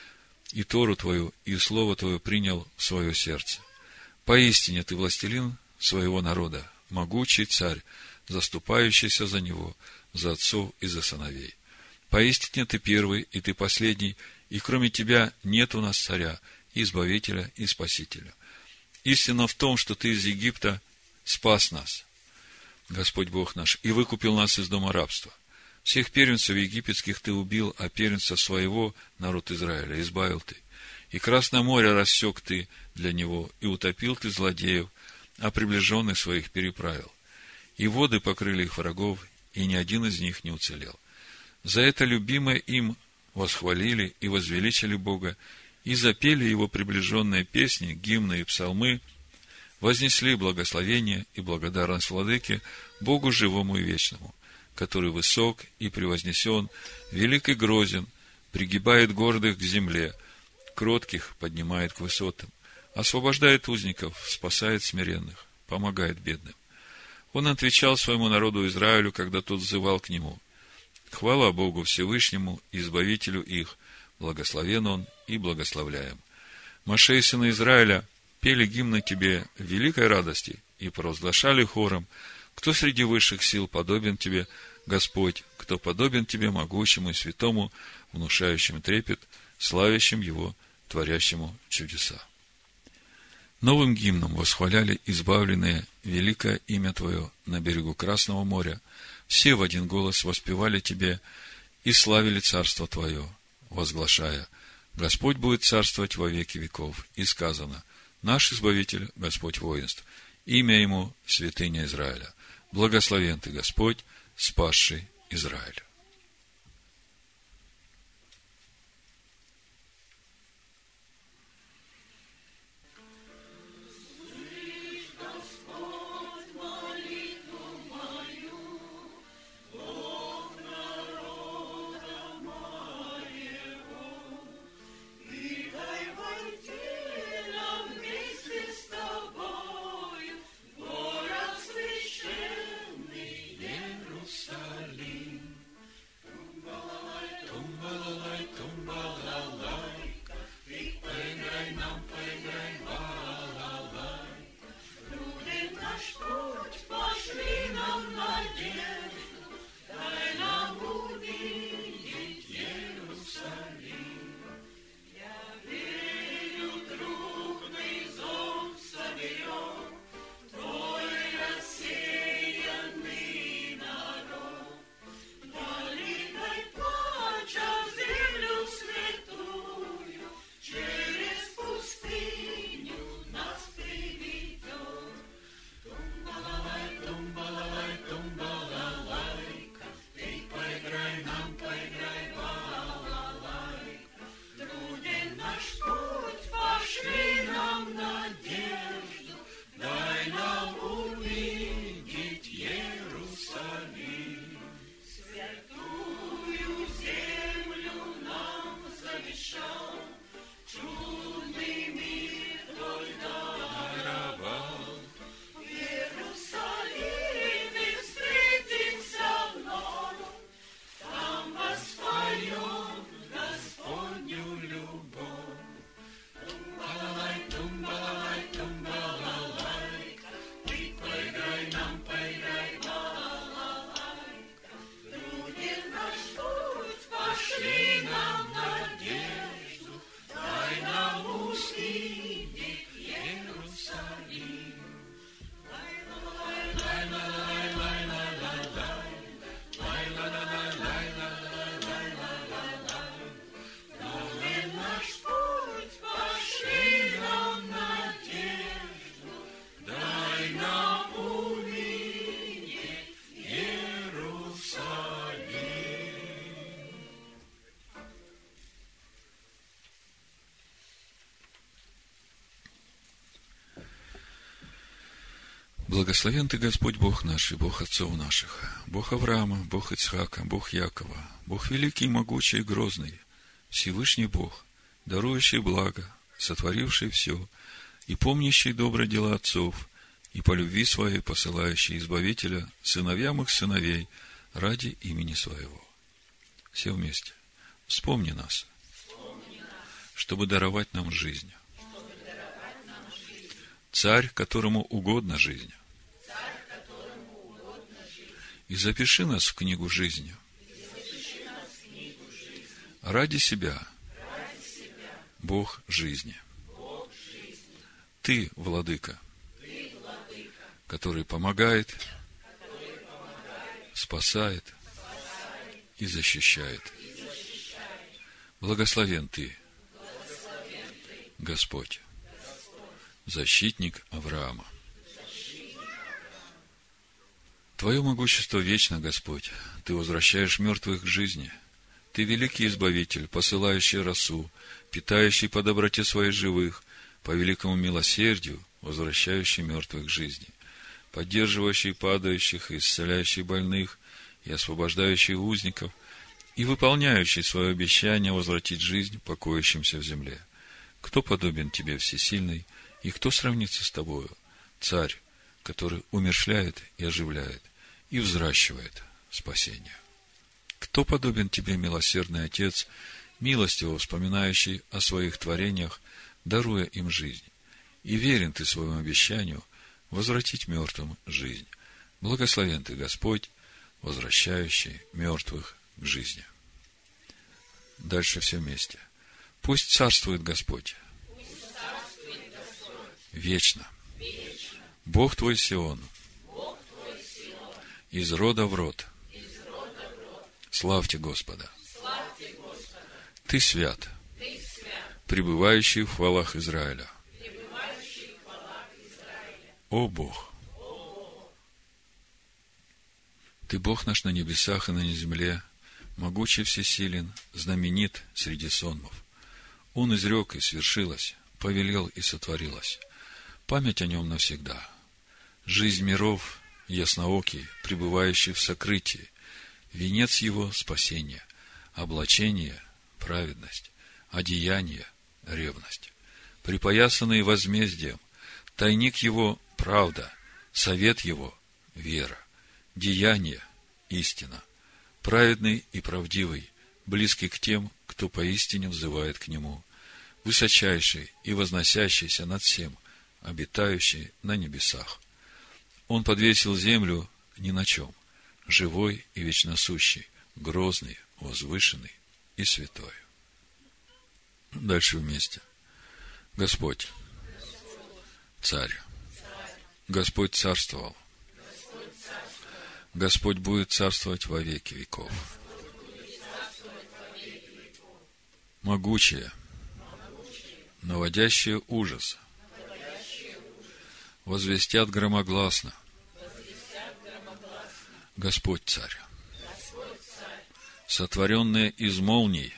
и Тору Твою, и Слово Твое принял в свое сердце. Поистине Ты властелин своего народа, могучий царь, заступающийся за него, за отцов и за сыновей. Поистине Ты первый, и Ты последний, и кроме Тебя нет у нас царя, и избавителя, и спасителя. Истина в том, что Ты из Египта спас нас, Господь Бог наш, и выкупил нас из дома рабства. Всех первенцев египетских Ты убил, а первенца своего, народ Израиля, избавил Ты. И Красное море рассек Ты для него, и утопил Ты злодеев, а приближенных своих переправил. И воды покрыли их врагов, и ни один из них не уцелел. За это любимое им восхвалили и возвеличили Бога, и запели Его приближенные песни, гимны и псалмы, вознесли благословение и благодарность Владыке, Богу живому и вечному, который высок и превознесен, велик и грозен, пригибает гордых к земле, кротких поднимает к высотам, освобождает узников, спасает смиренных, помогает бедным. Он отвечал своему народу Израилю, когда тот взывал к нему. Хвала Богу Всевышнему, Избавителю их, благословен Он и благословляем. Моше и сыны Израиля пели гимны Тебе в великой радости и провозглашали хором: кто среди высших сил подобен Тебе, Господь, кто подобен Тебе, могучему и святому, внушающему трепет, славящим Его, творящему чудеса. Новым гимном восхваляли избавленные великое имя Твое на берегу Красного моря. Все в один голос воспевали Тебе и славили царство Твое, возглашая: Господь будет царствовать во веки веков. И сказано: наш Избавитель, Господь воинств, имя Ему святыня Израиля. Благословен Ты, Господь, спасший Израиль. Благословен Ты, Господь Бог наш и Бог отцов наших, Бог Авраама, Бог Ицхака, Бог Якова, Бог великий, могучий и грозный, Всевышний Бог, дарующий благо, сотворивший все, и помнящий добрые дела отцов, и по любви своей посылающий Избавителя сыновьям их сыновей ради имени Своего. Все вместе. Вспомни нас. чтобы даровать нам жизнь. Царь, которому угодна жизнь. И запиши нас в книгу жизни. Ради себя, Бог жизни. Ты, Владыка, который помогает, спасает и защищает. Благословен Ты, Господь, защитник Авраама. Твое могущество вечно, Господь. Ты возвращаешь мертвых к жизни. Ты великий избавитель, посылающий росу, питающий по доброте своих живых, по великому милосердию, возвращающий мертвых к жизни, поддерживающий падающих, и исцеляющий больных, и освобождающий узников, и выполняющий свое обещание возвратить жизнь покоящимся в земле. Кто подобен Тебе, Всесильный, и кто сравнится с Тобою, Царь, который умерщвляет и оживляет, и взращивает спасение? Кто подобен Тебе, милосердный Отец, милостиво вспоминающий о своих творениях, даруя им жизнь? И верен Ты своему обещанию возвратить мертвым жизнь. Благословен Ты, Господь, возвращающий мертвых к жизни. Дальше все вместе. Пусть царствует Господь вечно. Бог Твой Сион, из рода в род. Славьте Господа. Ты свят, пребывающий в хвалах Израиля. О Бог! Ты Бог наш на небесах и на земле, могучий всесилен, знаменит среди сонмов. Он изрек, и свершилось, повелел, и сотворилось. Память о нем навсегда. Жизнь миров, ясноокий, пребывающий в сокрытии, венец его — спасение, облачение — праведность, одеяние — ревность, припоясанный возмездием, тайник его — правда, совет его — вера, деяние — истина, праведный и правдивый, близкий к тем, кто поистине взывает к нему, высочайший и возносящийся над всем, обитающий на небесах. Он подвесил землю ни на чем, живой и вечносущий, грозный, возвышенный и святой. Дальше вместе. Господь, Царь. Господь царствовал. Господь будет царствовать во веки веков. Могучее, наводящее ужас, возвестят громогласно. Господь Царь. Сотворенные из молний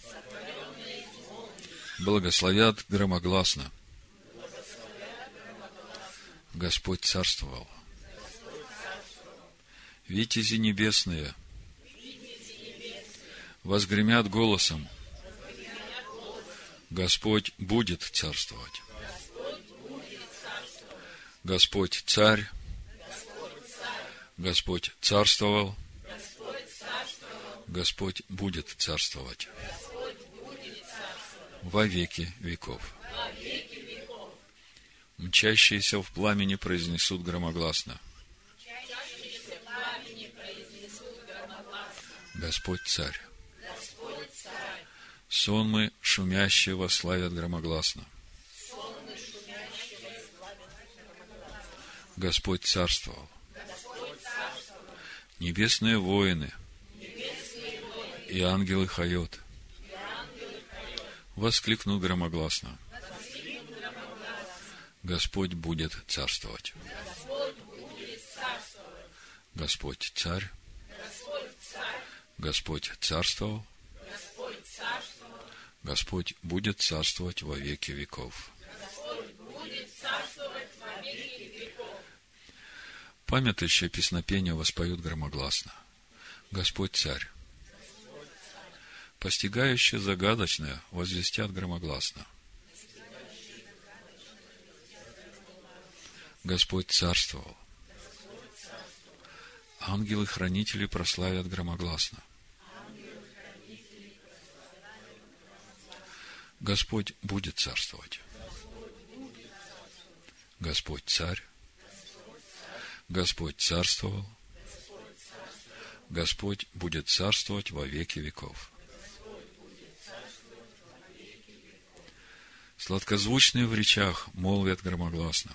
благословят громогласно. Господь царствовал. Витязи небесные возгремят голосом. Господь будет царствовать. Господь Царь. Господь царствовал. Господь будет царствовать во веки веков. Мчащиеся в пламени произнесут громогласно. Господь Царь. Сонмы шумящие восславят громогласно. Господь царствовал. Небесные воины и ангелы Хайот воскликнут громогласно. Господь будет царствовать. Господь Царь. Господь царствовал. Господь будет царствовать во веки веков. Памятающие песнопения воспоют громогласно. Господь Царь. Постигающие загадочное возвестят громогласно. Господь царствовал. Ангелы-хранители прославят громогласно. Господь будет царствовать. Господь царь. Господь царствовал. Господь будет царствовать во веки веков. Сладкозвучные в речах молвят громогласно: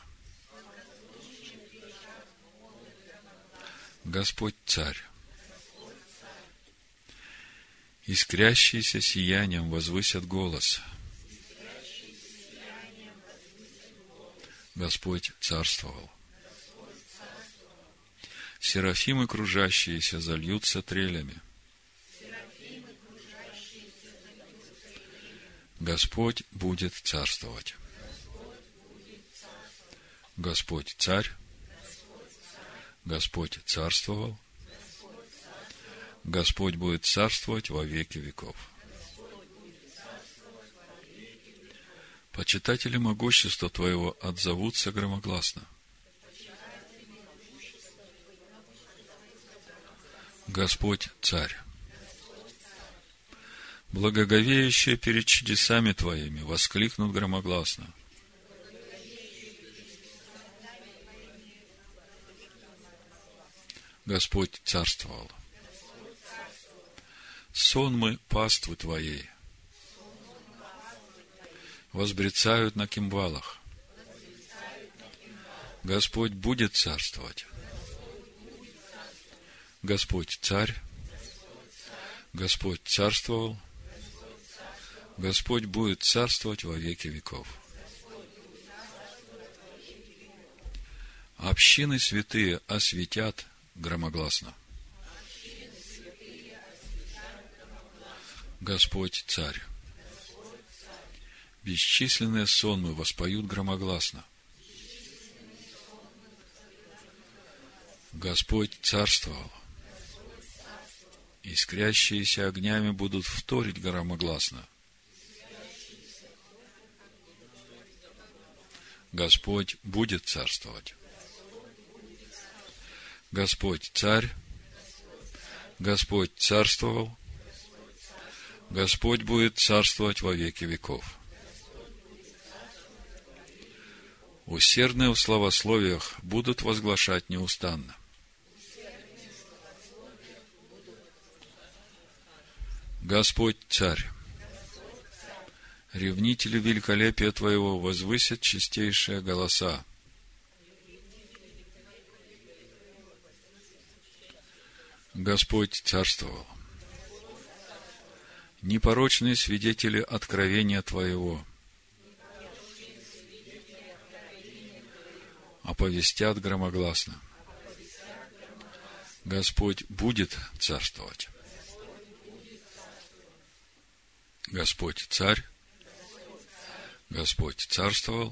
Господь царь. Искрящиеся сиянием возвысят голос: Господь царствовал. Серафимы кружащиеся зальются трелями: Господь будет царствовать. Господь царь. Господь царствовал. Господь будет царствовать во веки веков. Почитатели могущества Твоего отзовутся громогласно: Господь царь. Благоговеющие перед чудесами Твоими воскликнут громогласно: Господь царствовал. Сонмы паствы Твоей возбрецают на кимвалах: Господь будет царствовать. Господь царь. Господь царствовал. Господь будет царствовать во веки веков. Общины святые осветят громогласно: Господь царь. Бесчисленные сонмы воспоют громогласно: Господь царствовал. Искрящиеся огнями будут вторить громогласно: Господь будет царствовать. Господь царь. Господь царствовал. Господь будет царствовать во веки веков. Усердные в славословиях будут возглашать неустанно: Господь царь. Ревнители великолепия Твоего возвысят чистейшие голоса: Господь царствовал. Непорочные свидетели откровения Твоего оповестят громогласно: Господь будет царствовать. Господь царь. Господь царствовал.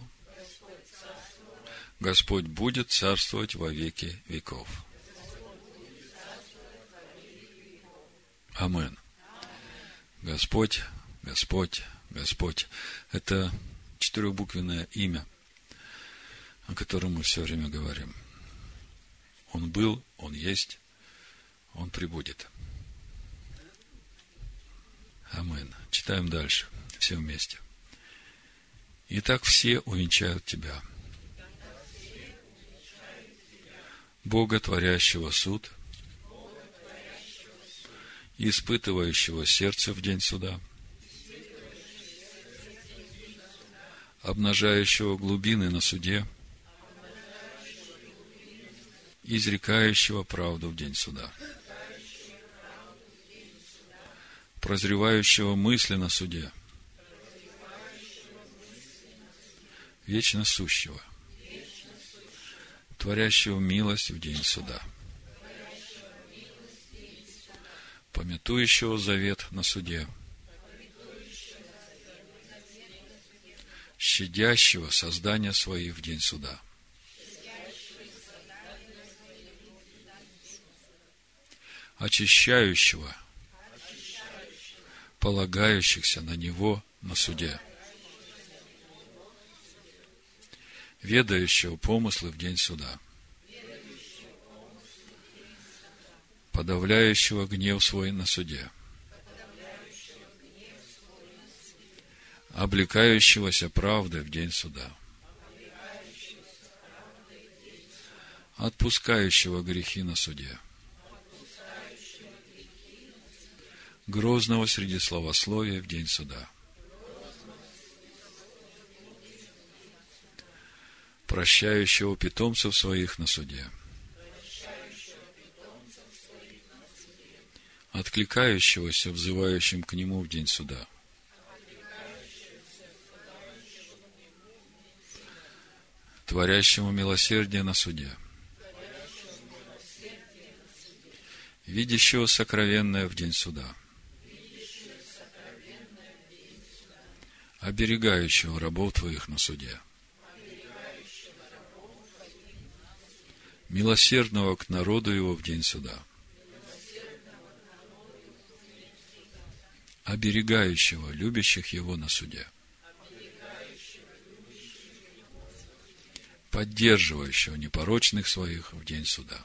Господь будет царствовать во веки веков. Амин. Господь, Господь, Господь. Это четырехбуквенное имя, о котором мы все время говорим. Он был, Он есть, Он прибудет. Амин. Читаем дальше, все вместе. Итак, все увенчают Тебя, Бога, творящего суд, испытывающего сердце в день суда, обнажающего глубины на суде, изрекающего правду в день суда, прозревающего мысли на суде, вечно сущего, творящего милость в день суда, памятующего завет на суде, щадящего создания своих в день суда, очищающего полагающихся на Него на суде, ведающего помыслы в день суда, подавляющего гнев свой на суде, облекающегося правдой в день суда, отпускающего грехи на суде, грозного среди словословия в день суда, прощающего питомцев своих на суде, откликающегося взывающим к нему в день суда, творящему милосердие на суде, видящего сокровенное в день суда, оберегающего рабов твоих на суде, милосердного к народу его в день суда, оберегающего любящих его на суде, поддерживающего непорочных своих в день суда.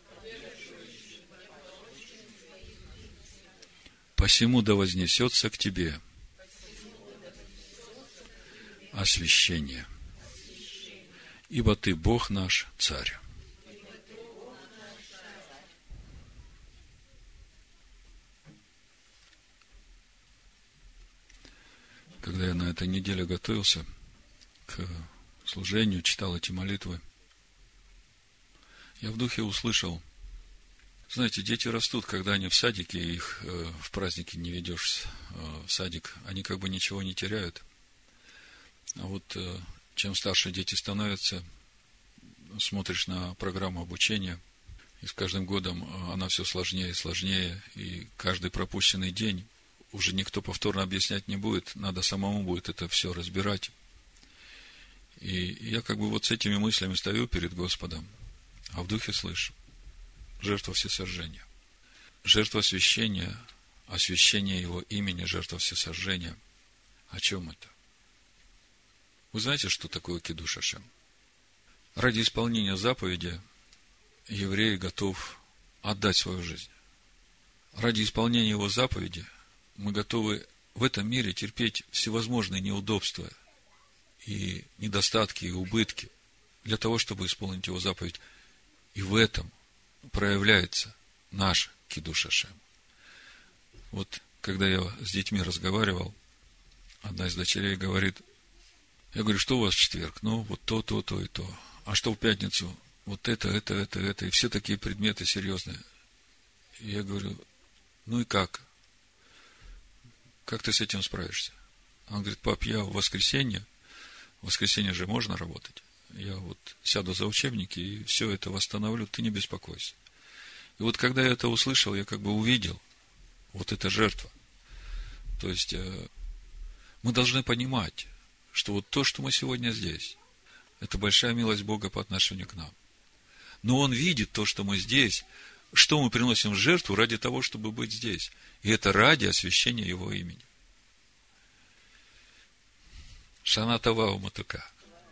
Посему да вознесется к тебе освящение, ибо ты Бог наш, Царь. Когда я на этой неделе готовился к служению, читал эти молитвы, я в духе услышал, знаете, дети растут, когда они в садике, их в праздники не ведешь в садик, они как бы ничего не теряют. А вот чем старше дети становятся, смотришь на программу обучения, и с каждым годом она все сложнее и сложнее, и каждый пропущенный день уже никто повторно объяснять не будет, надо самому будет это все разбирать. И я как бы вот с этими мыслями стою перед Господом, а в духе слышу: жертва всесожжения. Жертва освящения, освящение Его имени, жертва всесожжения. О чем это? Вы знаете, что такое кидуш Ашем? Ради исполнения заповеди еврей готов отдать свою жизнь. Ради исполнения его заповеди мы готовы в этом мире терпеть всевозможные неудобства и недостатки, и убытки, для того, чтобы исполнить его заповедь. И в этом проявляется наш кидуш Ашем. Вот, когда я с детьми разговаривал, одна из дочерей говорит: я говорю, что у вас в четверг? Ну, вот то и то. А что в пятницу? Вот это. И все такие предметы серьезные. И я говорю: ну и как? Как ты с этим справишься? Он говорит: пап, я в воскресенье же можно работать. Я вот сяду за учебники и все это восстановлю, ты не беспокойся. И вот когда я это услышал, я как бы увидел, вот эта жертва. То есть, мы должны понимать, что вот то, что мы сегодня здесь, это большая милость Бога по отношению к нам. Но Он видит то, что мы здесь, что мы приносим в жертву ради того, чтобы быть здесь. И это ради освящения Его имени. Шана Това Уматука.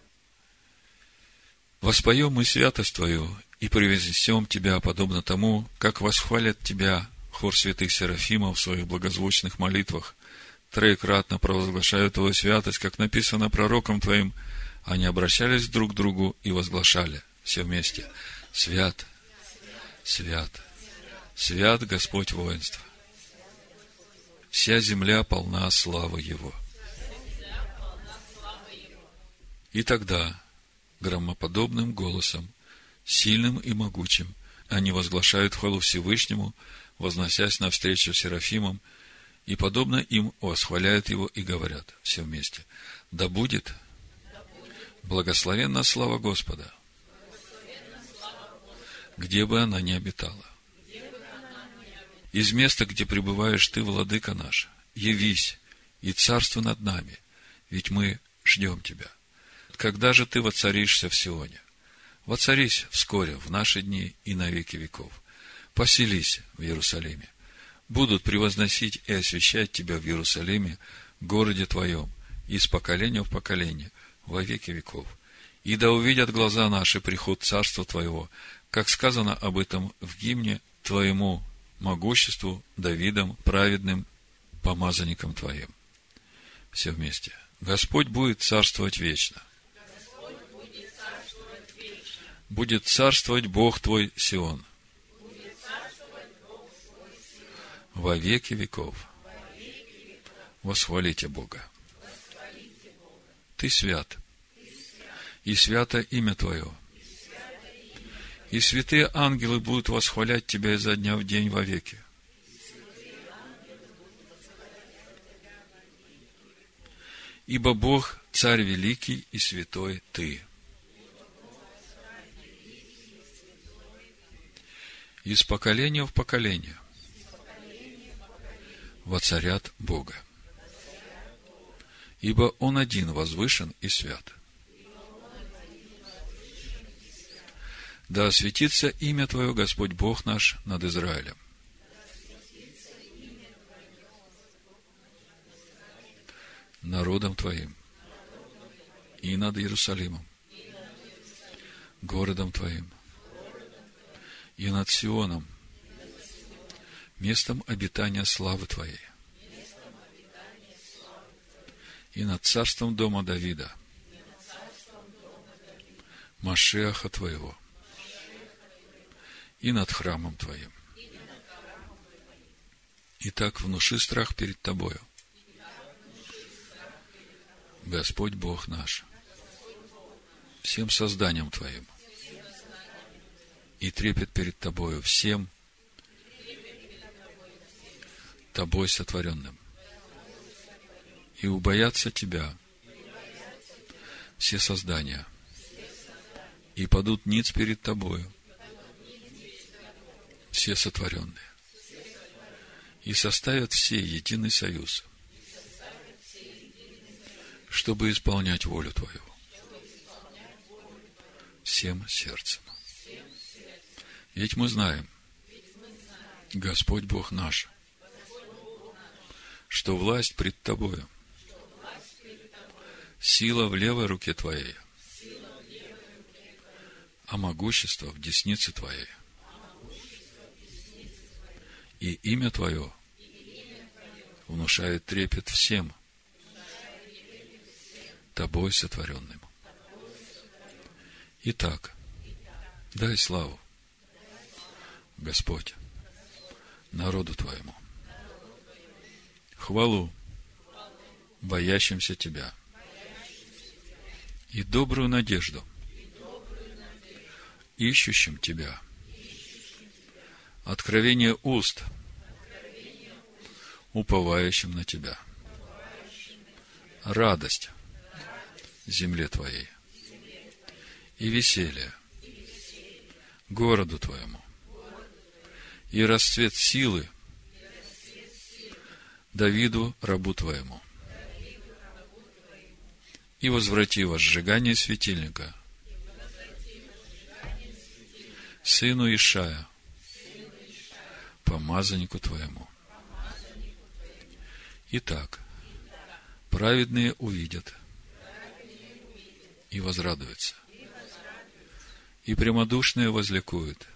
Воспоем мы святость Твою и превознесем Тебя, подобно тому, как восхвалят Тебя хор святых серафимов в своих благозвучных молитвах, троекратно провозглашают Твою святость, как написано пророком Твоим. Они обращались друг к другу и возглашали все вместе: свят, свят, свят Господь воинств. Вся земля полна славы Его. И тогда громоподобным голосом, сильным и могучим, они возглашают хвалу Всевышнему, возносясь навстречу серафимам, и подобно им восхваляют Его и говорят все вместе: да будет благословенна слава Господа, где бы она ни обитала. Из места, где пребываешь Ты, Владыка наш, явись и царствуй над нами, ведь мы ждем Тебя. Когда же Ты воцаришься в Сионе? Воцарись вскоре, в наши дни и на веки веков. Поселись в Иерусалиме. Будут превозносить и освящать Тебя в Иерусалиме, городе Твоем, из поколения в поколение, во веки веков. И да увидят глаза наши приход Царства Твоего, как сказано об этом в гимне Твоему могуществу Давидом, праведным помазанником Твоим. Все вместе. Господь будет царствовать вечно. Будет царствовать Бог твой Сион во веки веков. Восхвалите Бога. Ты свят, и свято имя Твое. И святые ангелы будут восхвалять Тебя изо дня в день во веки. Ибо Бог, Царь великий и святой Ты. Из поколения в поколение воцарят Бога. Ибо Он один возвышен и свят. Да осветится имя Твое, Господь Бог наш, над Израилем. Народом Твоим и над Иерусалимом, городом Твоим, и над Сионом, местом обитания славы Твоей, и над царством дома Давида, Машиаха Твоего, и над храмом Твоим. Итак, внуши страх перед Тобою, Господь Бог наш, всем созданием Твоим, и трепет перед Тобою всем Тобой сотворенным, и убоятся Тебя все создания, и падут ниц перед Тобою все сотворенные, и составят все единый союз, чтобы исполнять волю Твою всем сердцем. Ведь мы знаем, Господь Бог наш, что власть пред Тобою, сила в левой руке Твоей, а могущество в деснице Твоей. И имя Твое внушает трепет всем Тобой сотворенным. Итак, дай славу, Господь, народу Твоему, хвалу боящимся Тебя и добрую надежду ищущим Тебя, откровение уст уповающим на Тебя, радость земле Твоей и веселье городу Твоему, и расцвет силы Давиду, рабу Твоему, и возврати возжигание светильника сыну Ишая, помазаннику Твоему. Итак, праведные увидят и возрадуются, и прямодушные возликуют,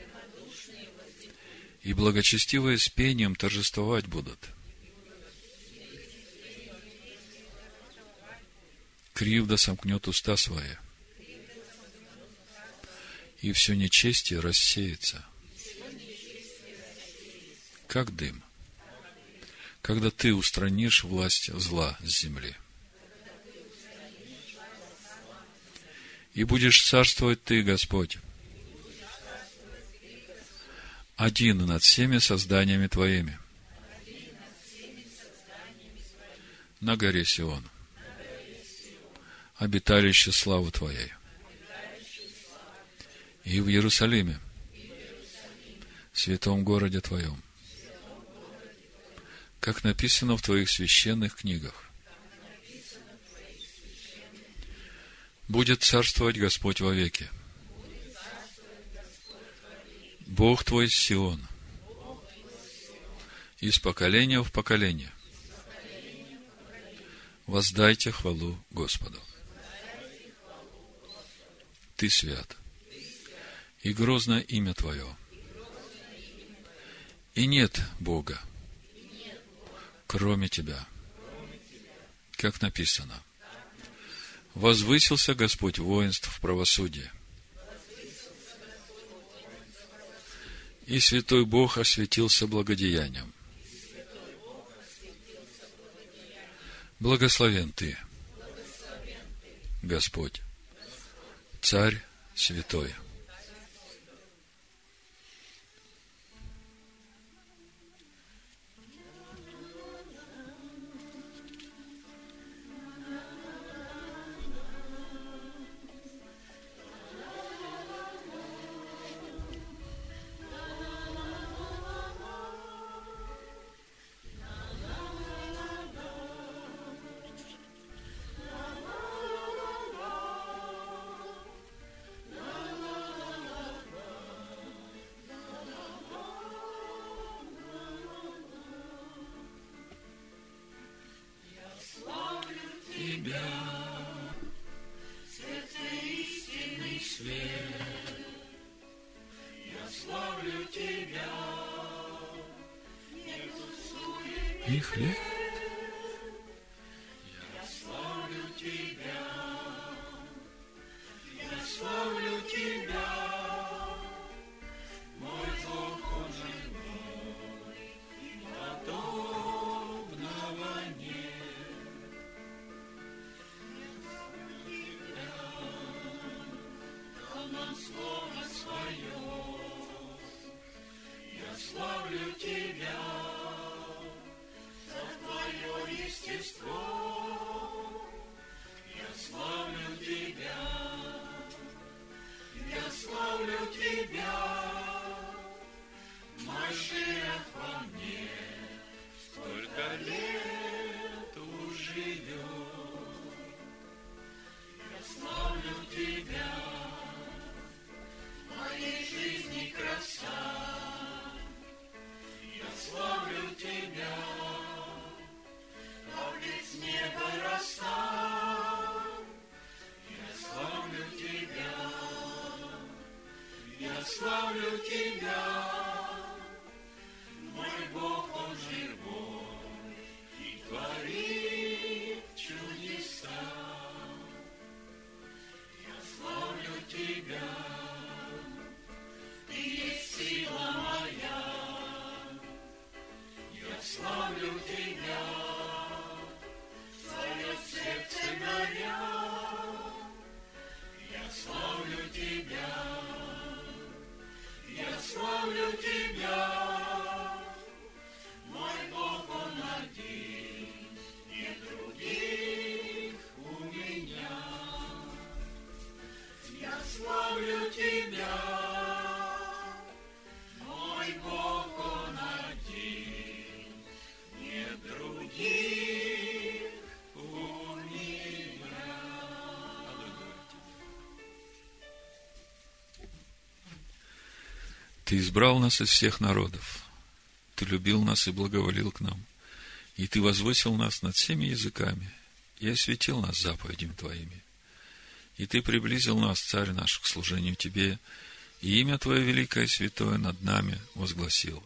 и благочестивые с пением торжествовать будут. Кривда сомкнет уста свои, и все нечестие рассеется, как дым, когда Ты устранишь власть зла с земли. И будешь царствовать Ты, Господь, один над всеми созданиями Твоими, на горе Сион, обиталище славы Твоей, и в Иерусалиме, святом городе Твоем, как написано в Твоих священных книгах. Будет царствовать Господь вовеки. Бог Твой Сион, из поколения в поколение. Воздайте хвалу Господу. Ты свят, и грозно имя Твое. И нет Бога, кроме Тебя. как написано: возвысился Господь воинств в правосудии, и святой Бог осветился благодеянием. Благословен Ты, Господь, Царь святой. И хлеб. Славлю Тебя, мой Бог, Он живой и творит чудеса. Я славлю Тебя, Ты есть сила моя. Я славлю Тебя, зовет сердце горя. Я славлю Тебя. Я славлю Тебя, мой Бог, Он один, нет других у меня. Я славлю Тебя, мой Бог, Он один, нет других у меня. Ты избрал нас из всех народов, Ты любил нас и благоволил к нам, и Ты возвысил нас над всеми языками, и осветил нас заповедями Твоими. И Ты приблизил нас, Царь наш, к служению Тебе, и имя Твое великое и святое над нами возгласил.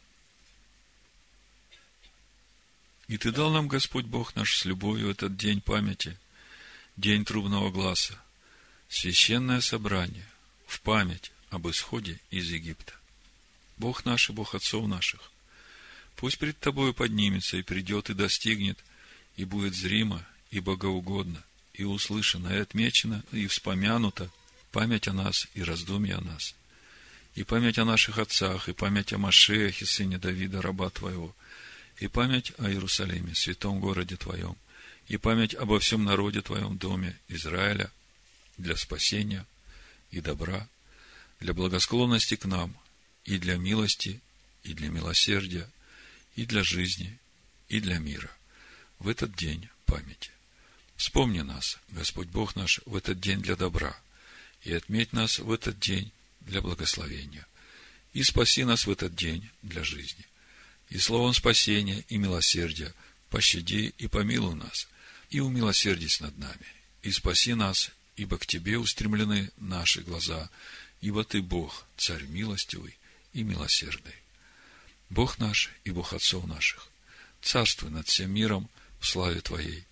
И Ты дал нам, Господь Бог наш, с любовью этот день памяти, день трубного гласа, священное собрание, в память об исходе из Египта. Бог наш и Бог отцов наших, пусть пред Тобою поднимется и придет, и достигнет, и будет зримо, и богоугодно, и услышано, и отмечено, и вспомянуто память о нас и раздумье о нас, и память о наших отцах, и память о Машиахе, сыне Давида, раба Твоего, и память о Иерусалиме, святом городе Твоем, и память обо всем народе Твоем, доме Израиля, для спасения и добра, для благосклонности к нам, и для милости, и для милосердия, и для жизни, и для мира, в этот день памяти. Вспомни нас, Господь Бог наш, в этот день для добра, и отметь нас в этот день для благословения, и спаси нас в этот день для жизни. И словом спасения и милосердия пощади и помилуй нас, и умилосердись над нами, и спаси нас, ибо к Тебе устремлены наши глаза, ибо Ты Бог, Царь милостивый и милосердный. Бог наш и Бог отцов наших, царствуй над всем миром в славе Твоей,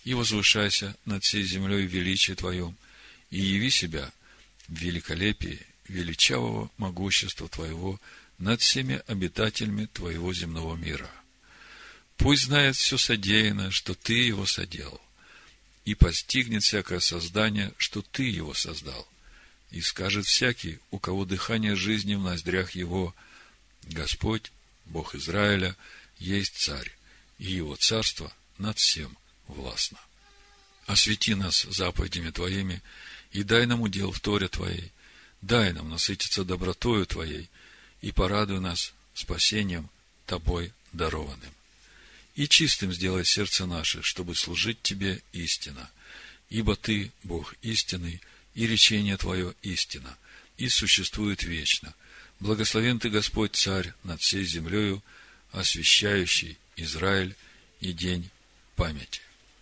и возвышайся над всей землей в величии Твоем, и яви себя в великолепии величавого могущества Твоего над всеми обитателями Твоего земного мира. Пусть знает все содеянное, что Ты его соделал, и постигнет всякое создание, что Ты его создал, и скажет всякий, у кого дыхание жизни в ноздрях его: Господь, Бог Израиля, есть Царь, и Его царство над всем властно. Освети нас заповедями Твоими, и дай нам удел в Торе Твоей, дай нам насытиться добротою Твоей, и порадуй нас спасением Тобой дарованным. И чистым сделай сердце наше, чтобы служить Тебе истинно, ибо Ты, Бог истинный, и речение Твое истина, и существует вечно. Благословен Ты, Господь, Царь над всей землею, освящающий Израиль и день памяти.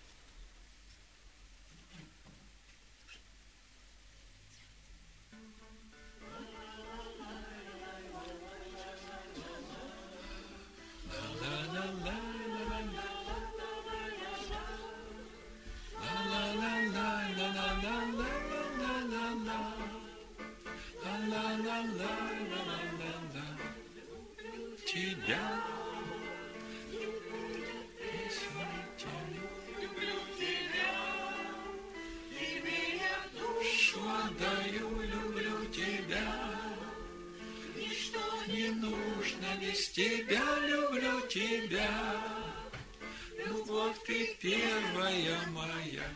Тебя, люблю Тебя, Тебе я душу отдаю, люблю Тебя, ничто не нужно без Тебя, люблю Тебя, любовь Ты первая моя.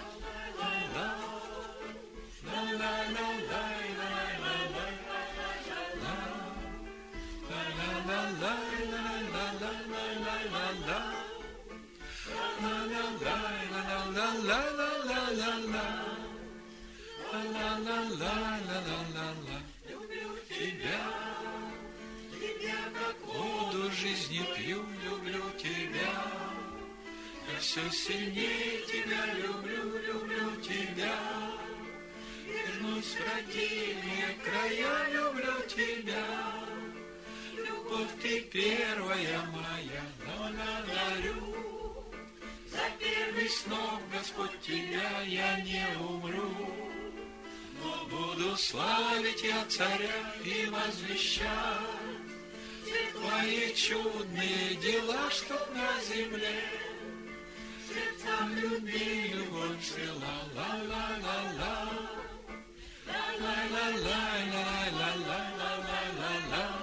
Люблю тебя, как воду жизни пью, люблю тебя. Я все сильнее тебя люблю, люблю тебя. Вернусь в родимые края, люблю тебя. Любовь Ты первая моя, благодарю. За первый снов, Господь, Тебя я не умру, но буду славить я Царя и возвещать все Твои чудные дела, чтоб на земле сердцам любви любовь взяла. Ла-ла-ла-ла, ла-ла-ла-ла-ла-ла-ла-ла-ла-ла.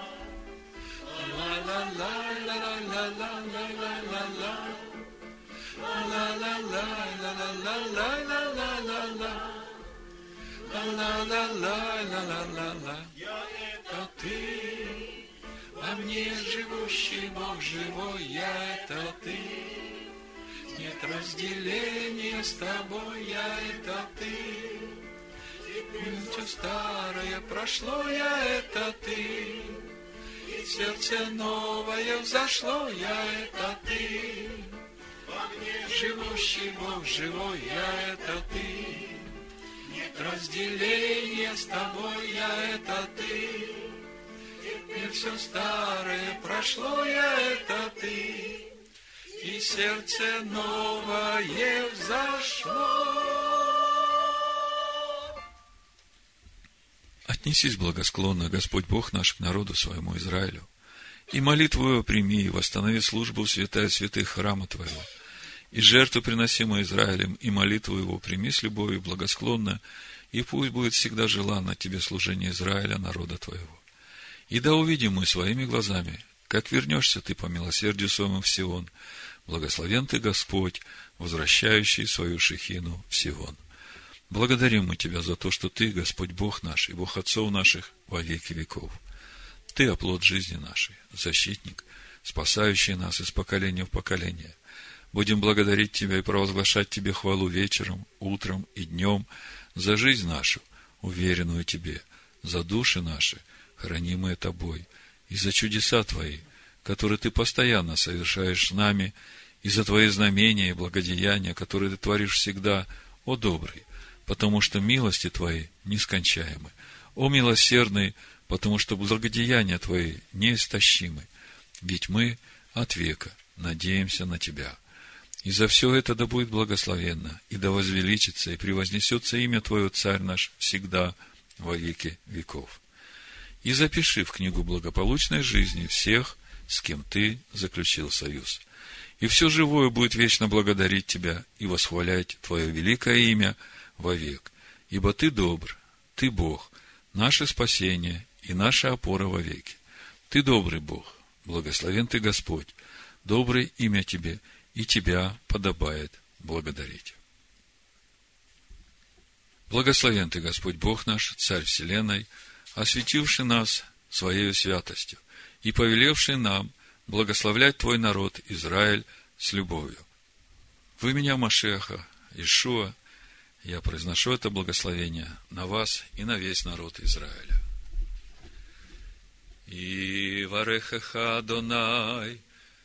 Я это Ты, во мне живущий Бог живой, я это Ты. Нет разделения с Тобой, я это Ты. Все старое прошло, я это Ты. И сердце новое взошло, я это Ты. Во мне живущий Бог живой, я это Ты. Нет разделения с Тобой, я это Ты. Теперь все старое прошло, я это Ты. И сердце новое взошло. Отнесись благосклонно, Господь Бог наш, к народу своему Израилю, и молитву его прими, и восстанови службу святая святых храма Твоего, и жертву, приносимую Израилем, и молитву его прими с любовью благосклонно, и пусть будет всегда желанно Тебе служение Израиля, народа Твоего. И да увидим мы своими глазами, как вернешься Ты по милосердию своему в Сион. Благословен Ты, Господь, возвращающий свою шехину в Сион. Благодарим мы Тебя за то, что Ты, Господь Бог наш и Бог отцов наших во веки веков. Ты оплот жизни нашей, защитник, спасающий нас из поколения в поколение. Будем благодарить Тебя и провозглашать Тебе хвалу вечером, утром и днем за жизнь нашу, уверенную Тебе, за души наши, хранимые Тобой, и за чудеса Твои, которые Ты постоянно совершаешь с нами, и за Твои знамения и благодеяния, которые Ты творишь всегда, о добрый, потому что милости Твои нескончаемы, о милосердный, потому что благодеяния Твои неистощимы, ведь мы от века надеемся на Тебя. И за все это да будет благословенно, и да возвеличится, и превознесется имя Твое, Царь наш, всегда, во веки веков. И запиши в книгу благополучной жизни всех, с кем Ты заключил союз. И все живое будет вечно благодарить Тебя и восхвалять Твое великое имя вовек. Ибо Ты добр, Ты Бог, наше спасение и наша опора вовеки. Ты добрый Бог, благословен Ты Господь, доброе имя Тебе, и Тебя подобает благодарить. Благословен Ты, Господь Бог наш, Царь вселенной, осветивший нас Своею святостью и повелевший нам благословлять Твой народ Израиль с любовью. В имя Машеха, Иешуа, я произношу это благословение на вас и на весь народ Израиля. И варехеха Адонай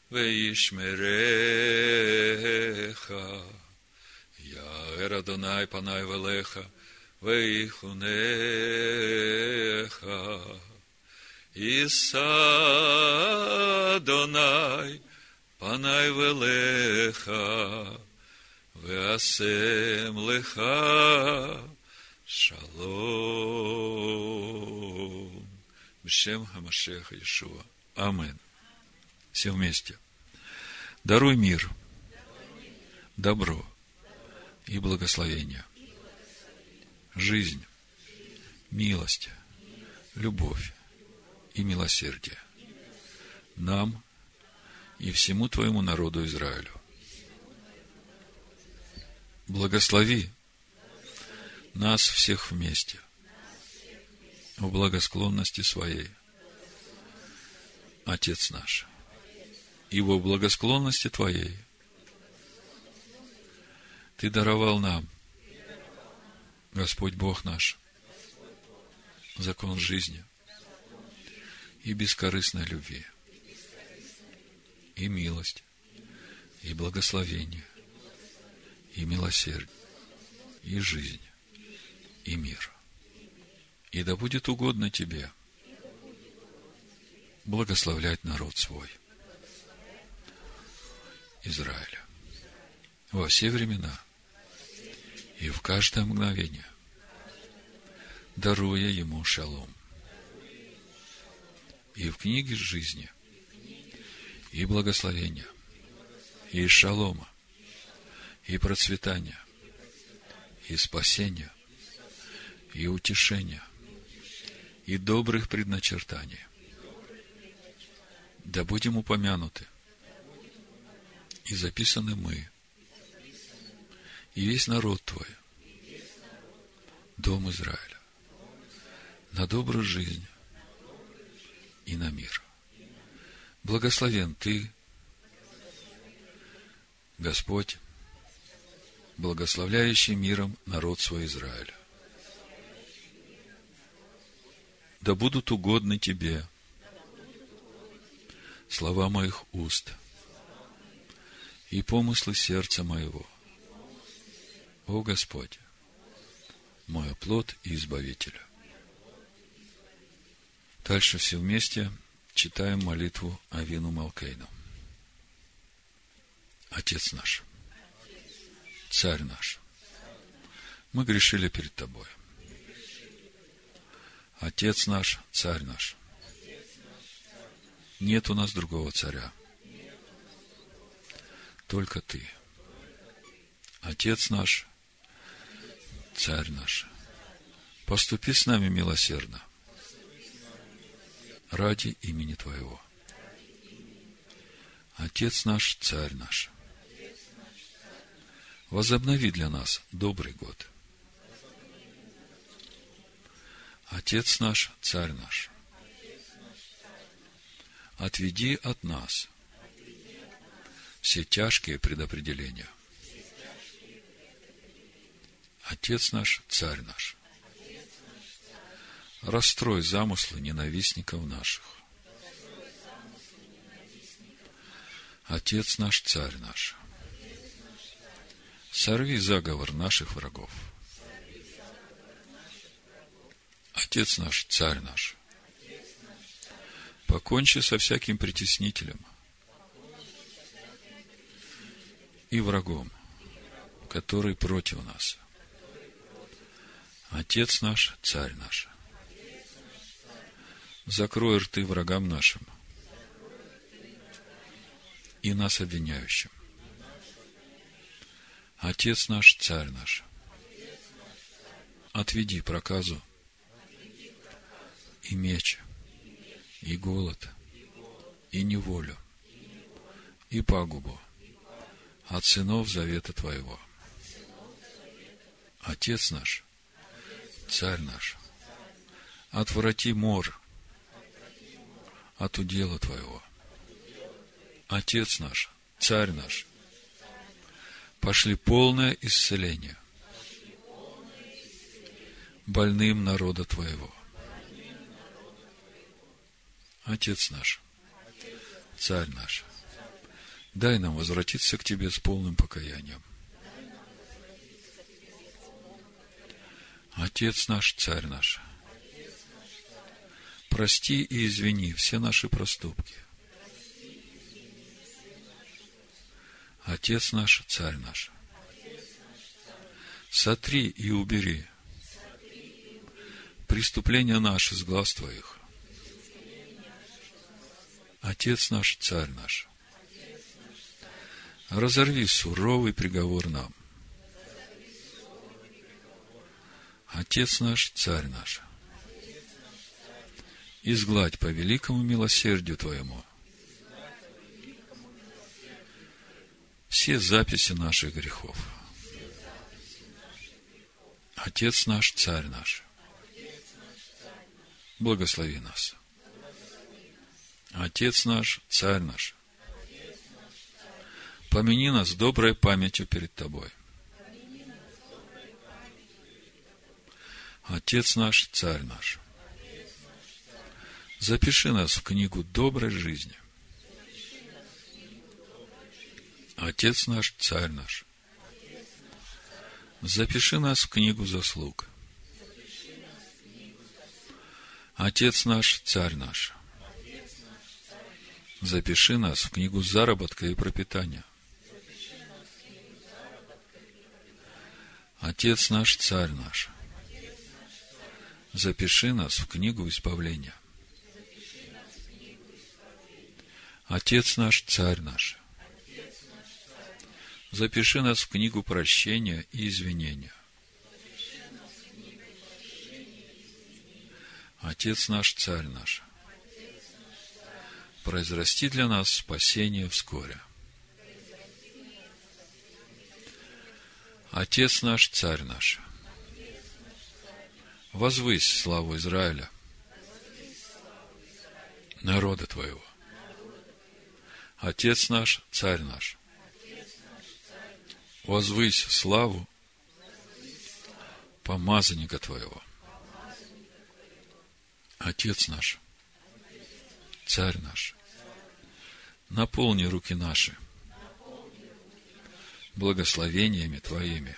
веишмереха, яэр Адонай панай велеха веихунеха, Иса Адонай панай велеха веасем леха шалом. Бешем Хамашеха Иешуа. Амин. Все вместе. Даруй мир, добро и благословение, жизнь, милость, любовь и милосердие нам и всему Твоему народу Израилю. Благослови нас всех вместе в благосклонности Своей, Отец наш, и во благосклонности Твоей Ты даровал нам, Господь Бог наш, закон жизни и бескорыстной любви, и милость, и благословение, и милосердие, и жизнь, и мир. И да будет угодно Тебе благословлять народ свой, Израиля, во все времена и в каждое мгновение, даруя ему шалом. И в книге жизни, и благословения, и шалома, и процветания, и спасения, и утешения, и добрых предначертаний. Да будем упомянуты и записаны мы, и весь народ Твой, дом Израиля, на добрую жизнь и на мир. Благословен Ты, Господь, благословляющий миром народ свой Израиля. Да будут угодны Тебе слова моих уст и помыслы сердца моего, о Господь, мой оплот и избавитель. Дальше все вместе читаем молитву Авину Малкейну. Отец наш, Царь наш, мы грешили перед Тобой. Отец наш, Царь наш, нет у нас другого царя, только Ты. Отец наш, Царь наш, поступи с нами милосердно ради имени Твоего. Отец наш, Царь наш, возобнови для нас добрый год. Отец наш, Царь наш, отведи от нас все тяжкие предопределения. Отец наш, Царь наш, расстрой замыслы ненавистников наших. Отец наш, Царь наш, сорви заговор наших врагов. Отец наш, Царь наш, покончи со всяким притеснителем и врагом, который против нас. Отец наш, Царь наш. Закрой рты врагам нашим и нас обвиняющим. Отец наш, Царь наш. Отведи проказу и меч, и голод, и неволю, и пагубу от сынов завета Твоего. Отец наш, Царь наш, отврати мор от удела Твоего. Отец наш, Царь наш, пошли полное исцеление больным народа Твоего. Отец наш, Царь наш, дай нам возвратиться к Тебе с полным покаянием. Отец наш, Царь наш, прости и извини все наши проступки. Отец наш, Царь наш, сотри и убери преступления наши с глаз Твоих. Отец наш, Царь наш, разорви суровый приговор нам. Отец наш, Царь наш, изгладь по великому милосердию Твоему все записи наших грехов. Отец наш, Царь наш, благослови нас. Отец наш, Царь наш, помяни нас доброй памятью перед Тобой. Отец наш, Царь наш, запиши нас в книгу доброй жизни. Отец наш, Царь наш, запиши нас в книгу заслуг. Отец наш, Царь наш, запиши нас в книгу заработка и пропитания. Отец наш, Царь наш, запиши нас в книгу избавления. Отец наш, Царь наш, запиши нас в книгу прощения и извинения. Отец наш, Царь наш, произрасти для нас спасение вскоре. Отец наш, Царь наш, возвысь славу Израиля, народа Твоего. Отец наш, Царь наш, возвысь славу помазанника Твоего. Отец наш, Царь наш, наполни руки наши благословениями Твоими.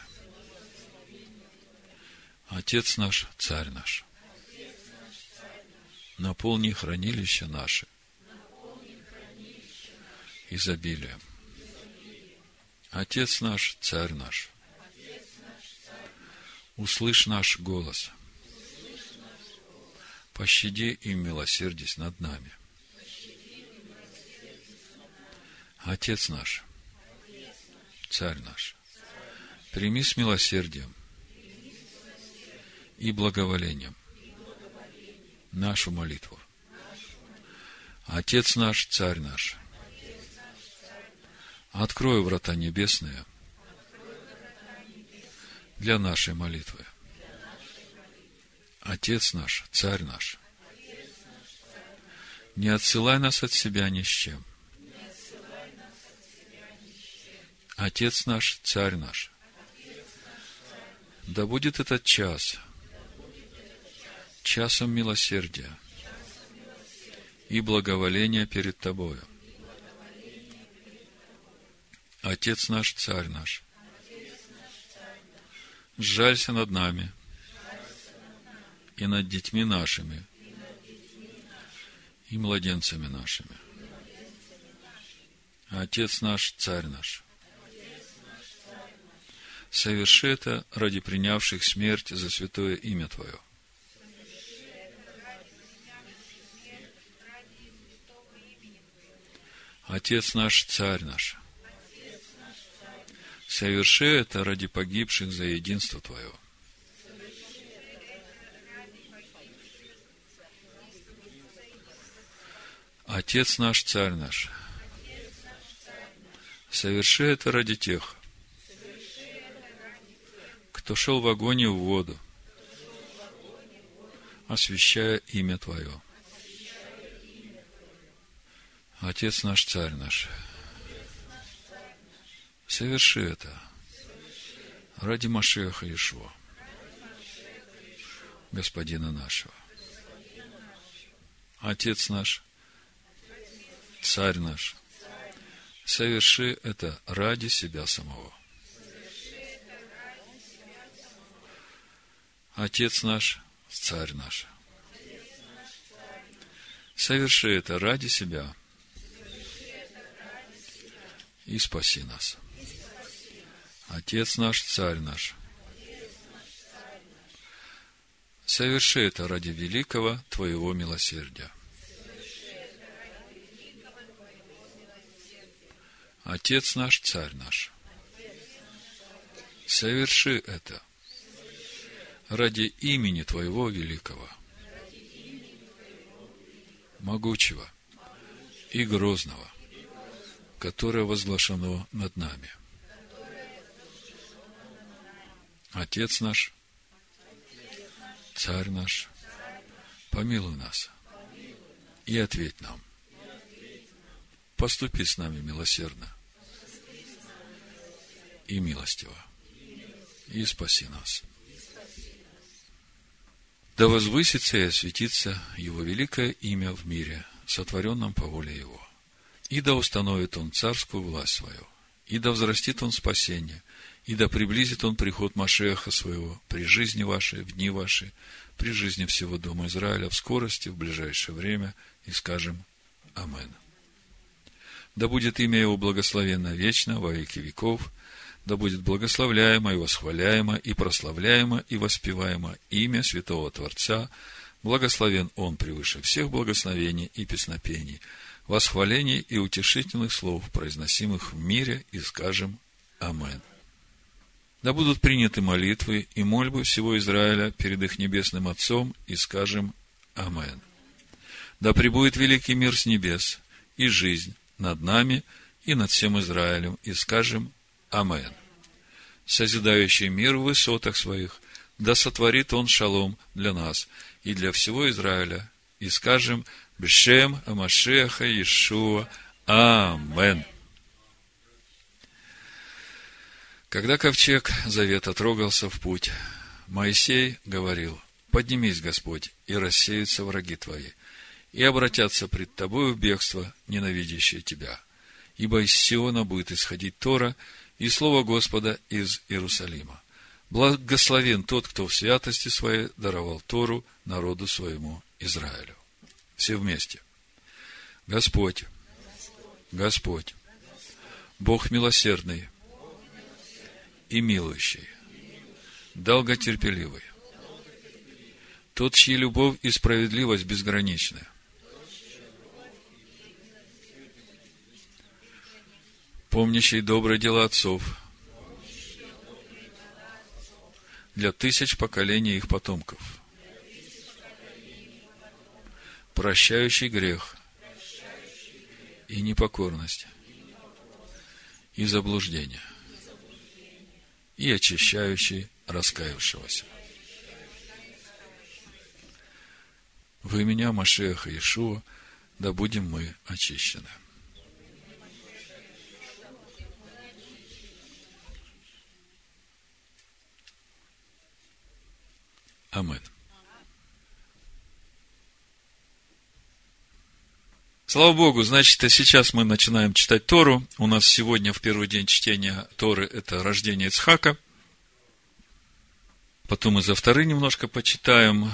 Отец наш, Царь наш, наполни хранилища наши изобилием. Отец наш, Царь наш, услышь наш голос, пощади и милосердись над нами. Отец наш, Царь наш, прими с милосердием и благоволением нашу молитву. Отец наш, Царь наш, открой врата небесные для нашей молитвы. Отец наш, Царь наш, не отсылай нас от себя ни с чем. Отец наш, Царь наш, да будет этот час часом милосердия и благоволения перед Тобою. Отец наш, Царь наш, сжалься над нами и над детьми нашими и младенцами нашими. Отец наш, Царь наш, Соверши это ради принявших смерть за святое имя Твое. Отец наш, Царь наш, соверши это ради погибших за единство Твое. Отец наш, Царь наш, соверши это ради тех, кто шел в огонь и в воду, освящая имя Твое. Отец наш, Царь наш, соверши это ради Машиаха Иешуа, Господина нашего. Отец наш, Царь наш, соверши это ради себя самого. Отец наш, Царь наш, соверши это ради себя и спаси нас. Отец наш, Царь наш, соверши это ради великого Твоего милосердия. Отец наш, Царь наш, соверши это ради имени Твоего великого, могучего и грозного, которое возглашено над нами. Отец наш, Царь наш, помилуй нас и ответь нам. Поступи с нами милосердно и милостиво, и спаси нас. Да возвысится и осветится Его великое имя в мире, сотворенном по воле Его. И да установит Он царскую власть свою, и да взрастит Он спасение, и да приблизит Он приход Машиаха своего при жизни вашей, в дни ваши, при жизни всего дома Израиля в скорости, в ближайшее время, и скажем Амин. Да будет имя Его благословенно вечно во веки веков, да будет благословляемо и восхваляемо и прославляемо и воспеваемо имя Святого Творца, благословен Он превыше всех благословений и песнопений, восхвалений и утешительных слов, произносимых в мире, и скажем Амин. Да будут приняты молитвы и мольбы всего Израиля перед их небесным Отцом, и скажем Амин. Да пребудет великий мир с небес и жизнь над нами и над всем Израилем, и скажем Амин. Созидающий мир в высотах своих, да сотворит Он шалом для нас и для всего Израиля, и скажем Бешем Амашеха Иешуа Амин. Когда ковчег завета трогался в путь, Моисей говорил: поднимись, Господь, и рассеются враги твои, и обратятся пред тобою в бегство, ненавидящие тебя. Ибо из Сиона будет исходить Тора, и слово Господа из Иерусалима. Благословен тот, кто в святости своей даровал Тору народу своему Израилю. Все вместе. Господь, Господь, Бог милосердный и милующий, долготерпеливый, тот, чья любовь и справедливость безграничны, помнящий добрые дела отцов для тысяч поколений их потомков, прощающий грех и непокорность и заблуждение, и очищающий раскаявшегося. Во имя Машиаха Иешуа да будем мы очищены. Амин. Слава Богу, значит, сейчас мы начинаем читать Тору. У нас сегодня в первый день чтения Торы это рождение Ицхака. Потом мы за второй немножко почитаем.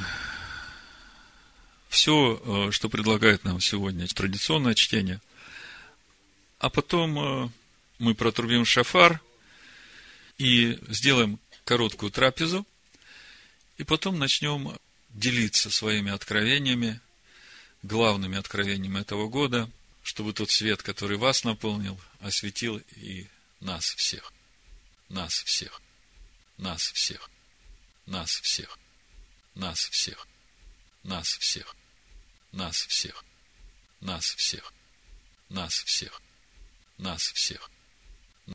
Все, что предлагает нам сегодня традиционное чтение. А потом мы протрубим шафар И сделаем короткую трапезу, и потом начнем делиться своими откровениями, главными откровениями этого года, чтобы тот свет, который вас наполнил, осветил и нас всех. Нас всех. Нас всех. Нас всех. Нас всех. Нас всех. Нас всех. Нас всех. Нас всех. Нас всех.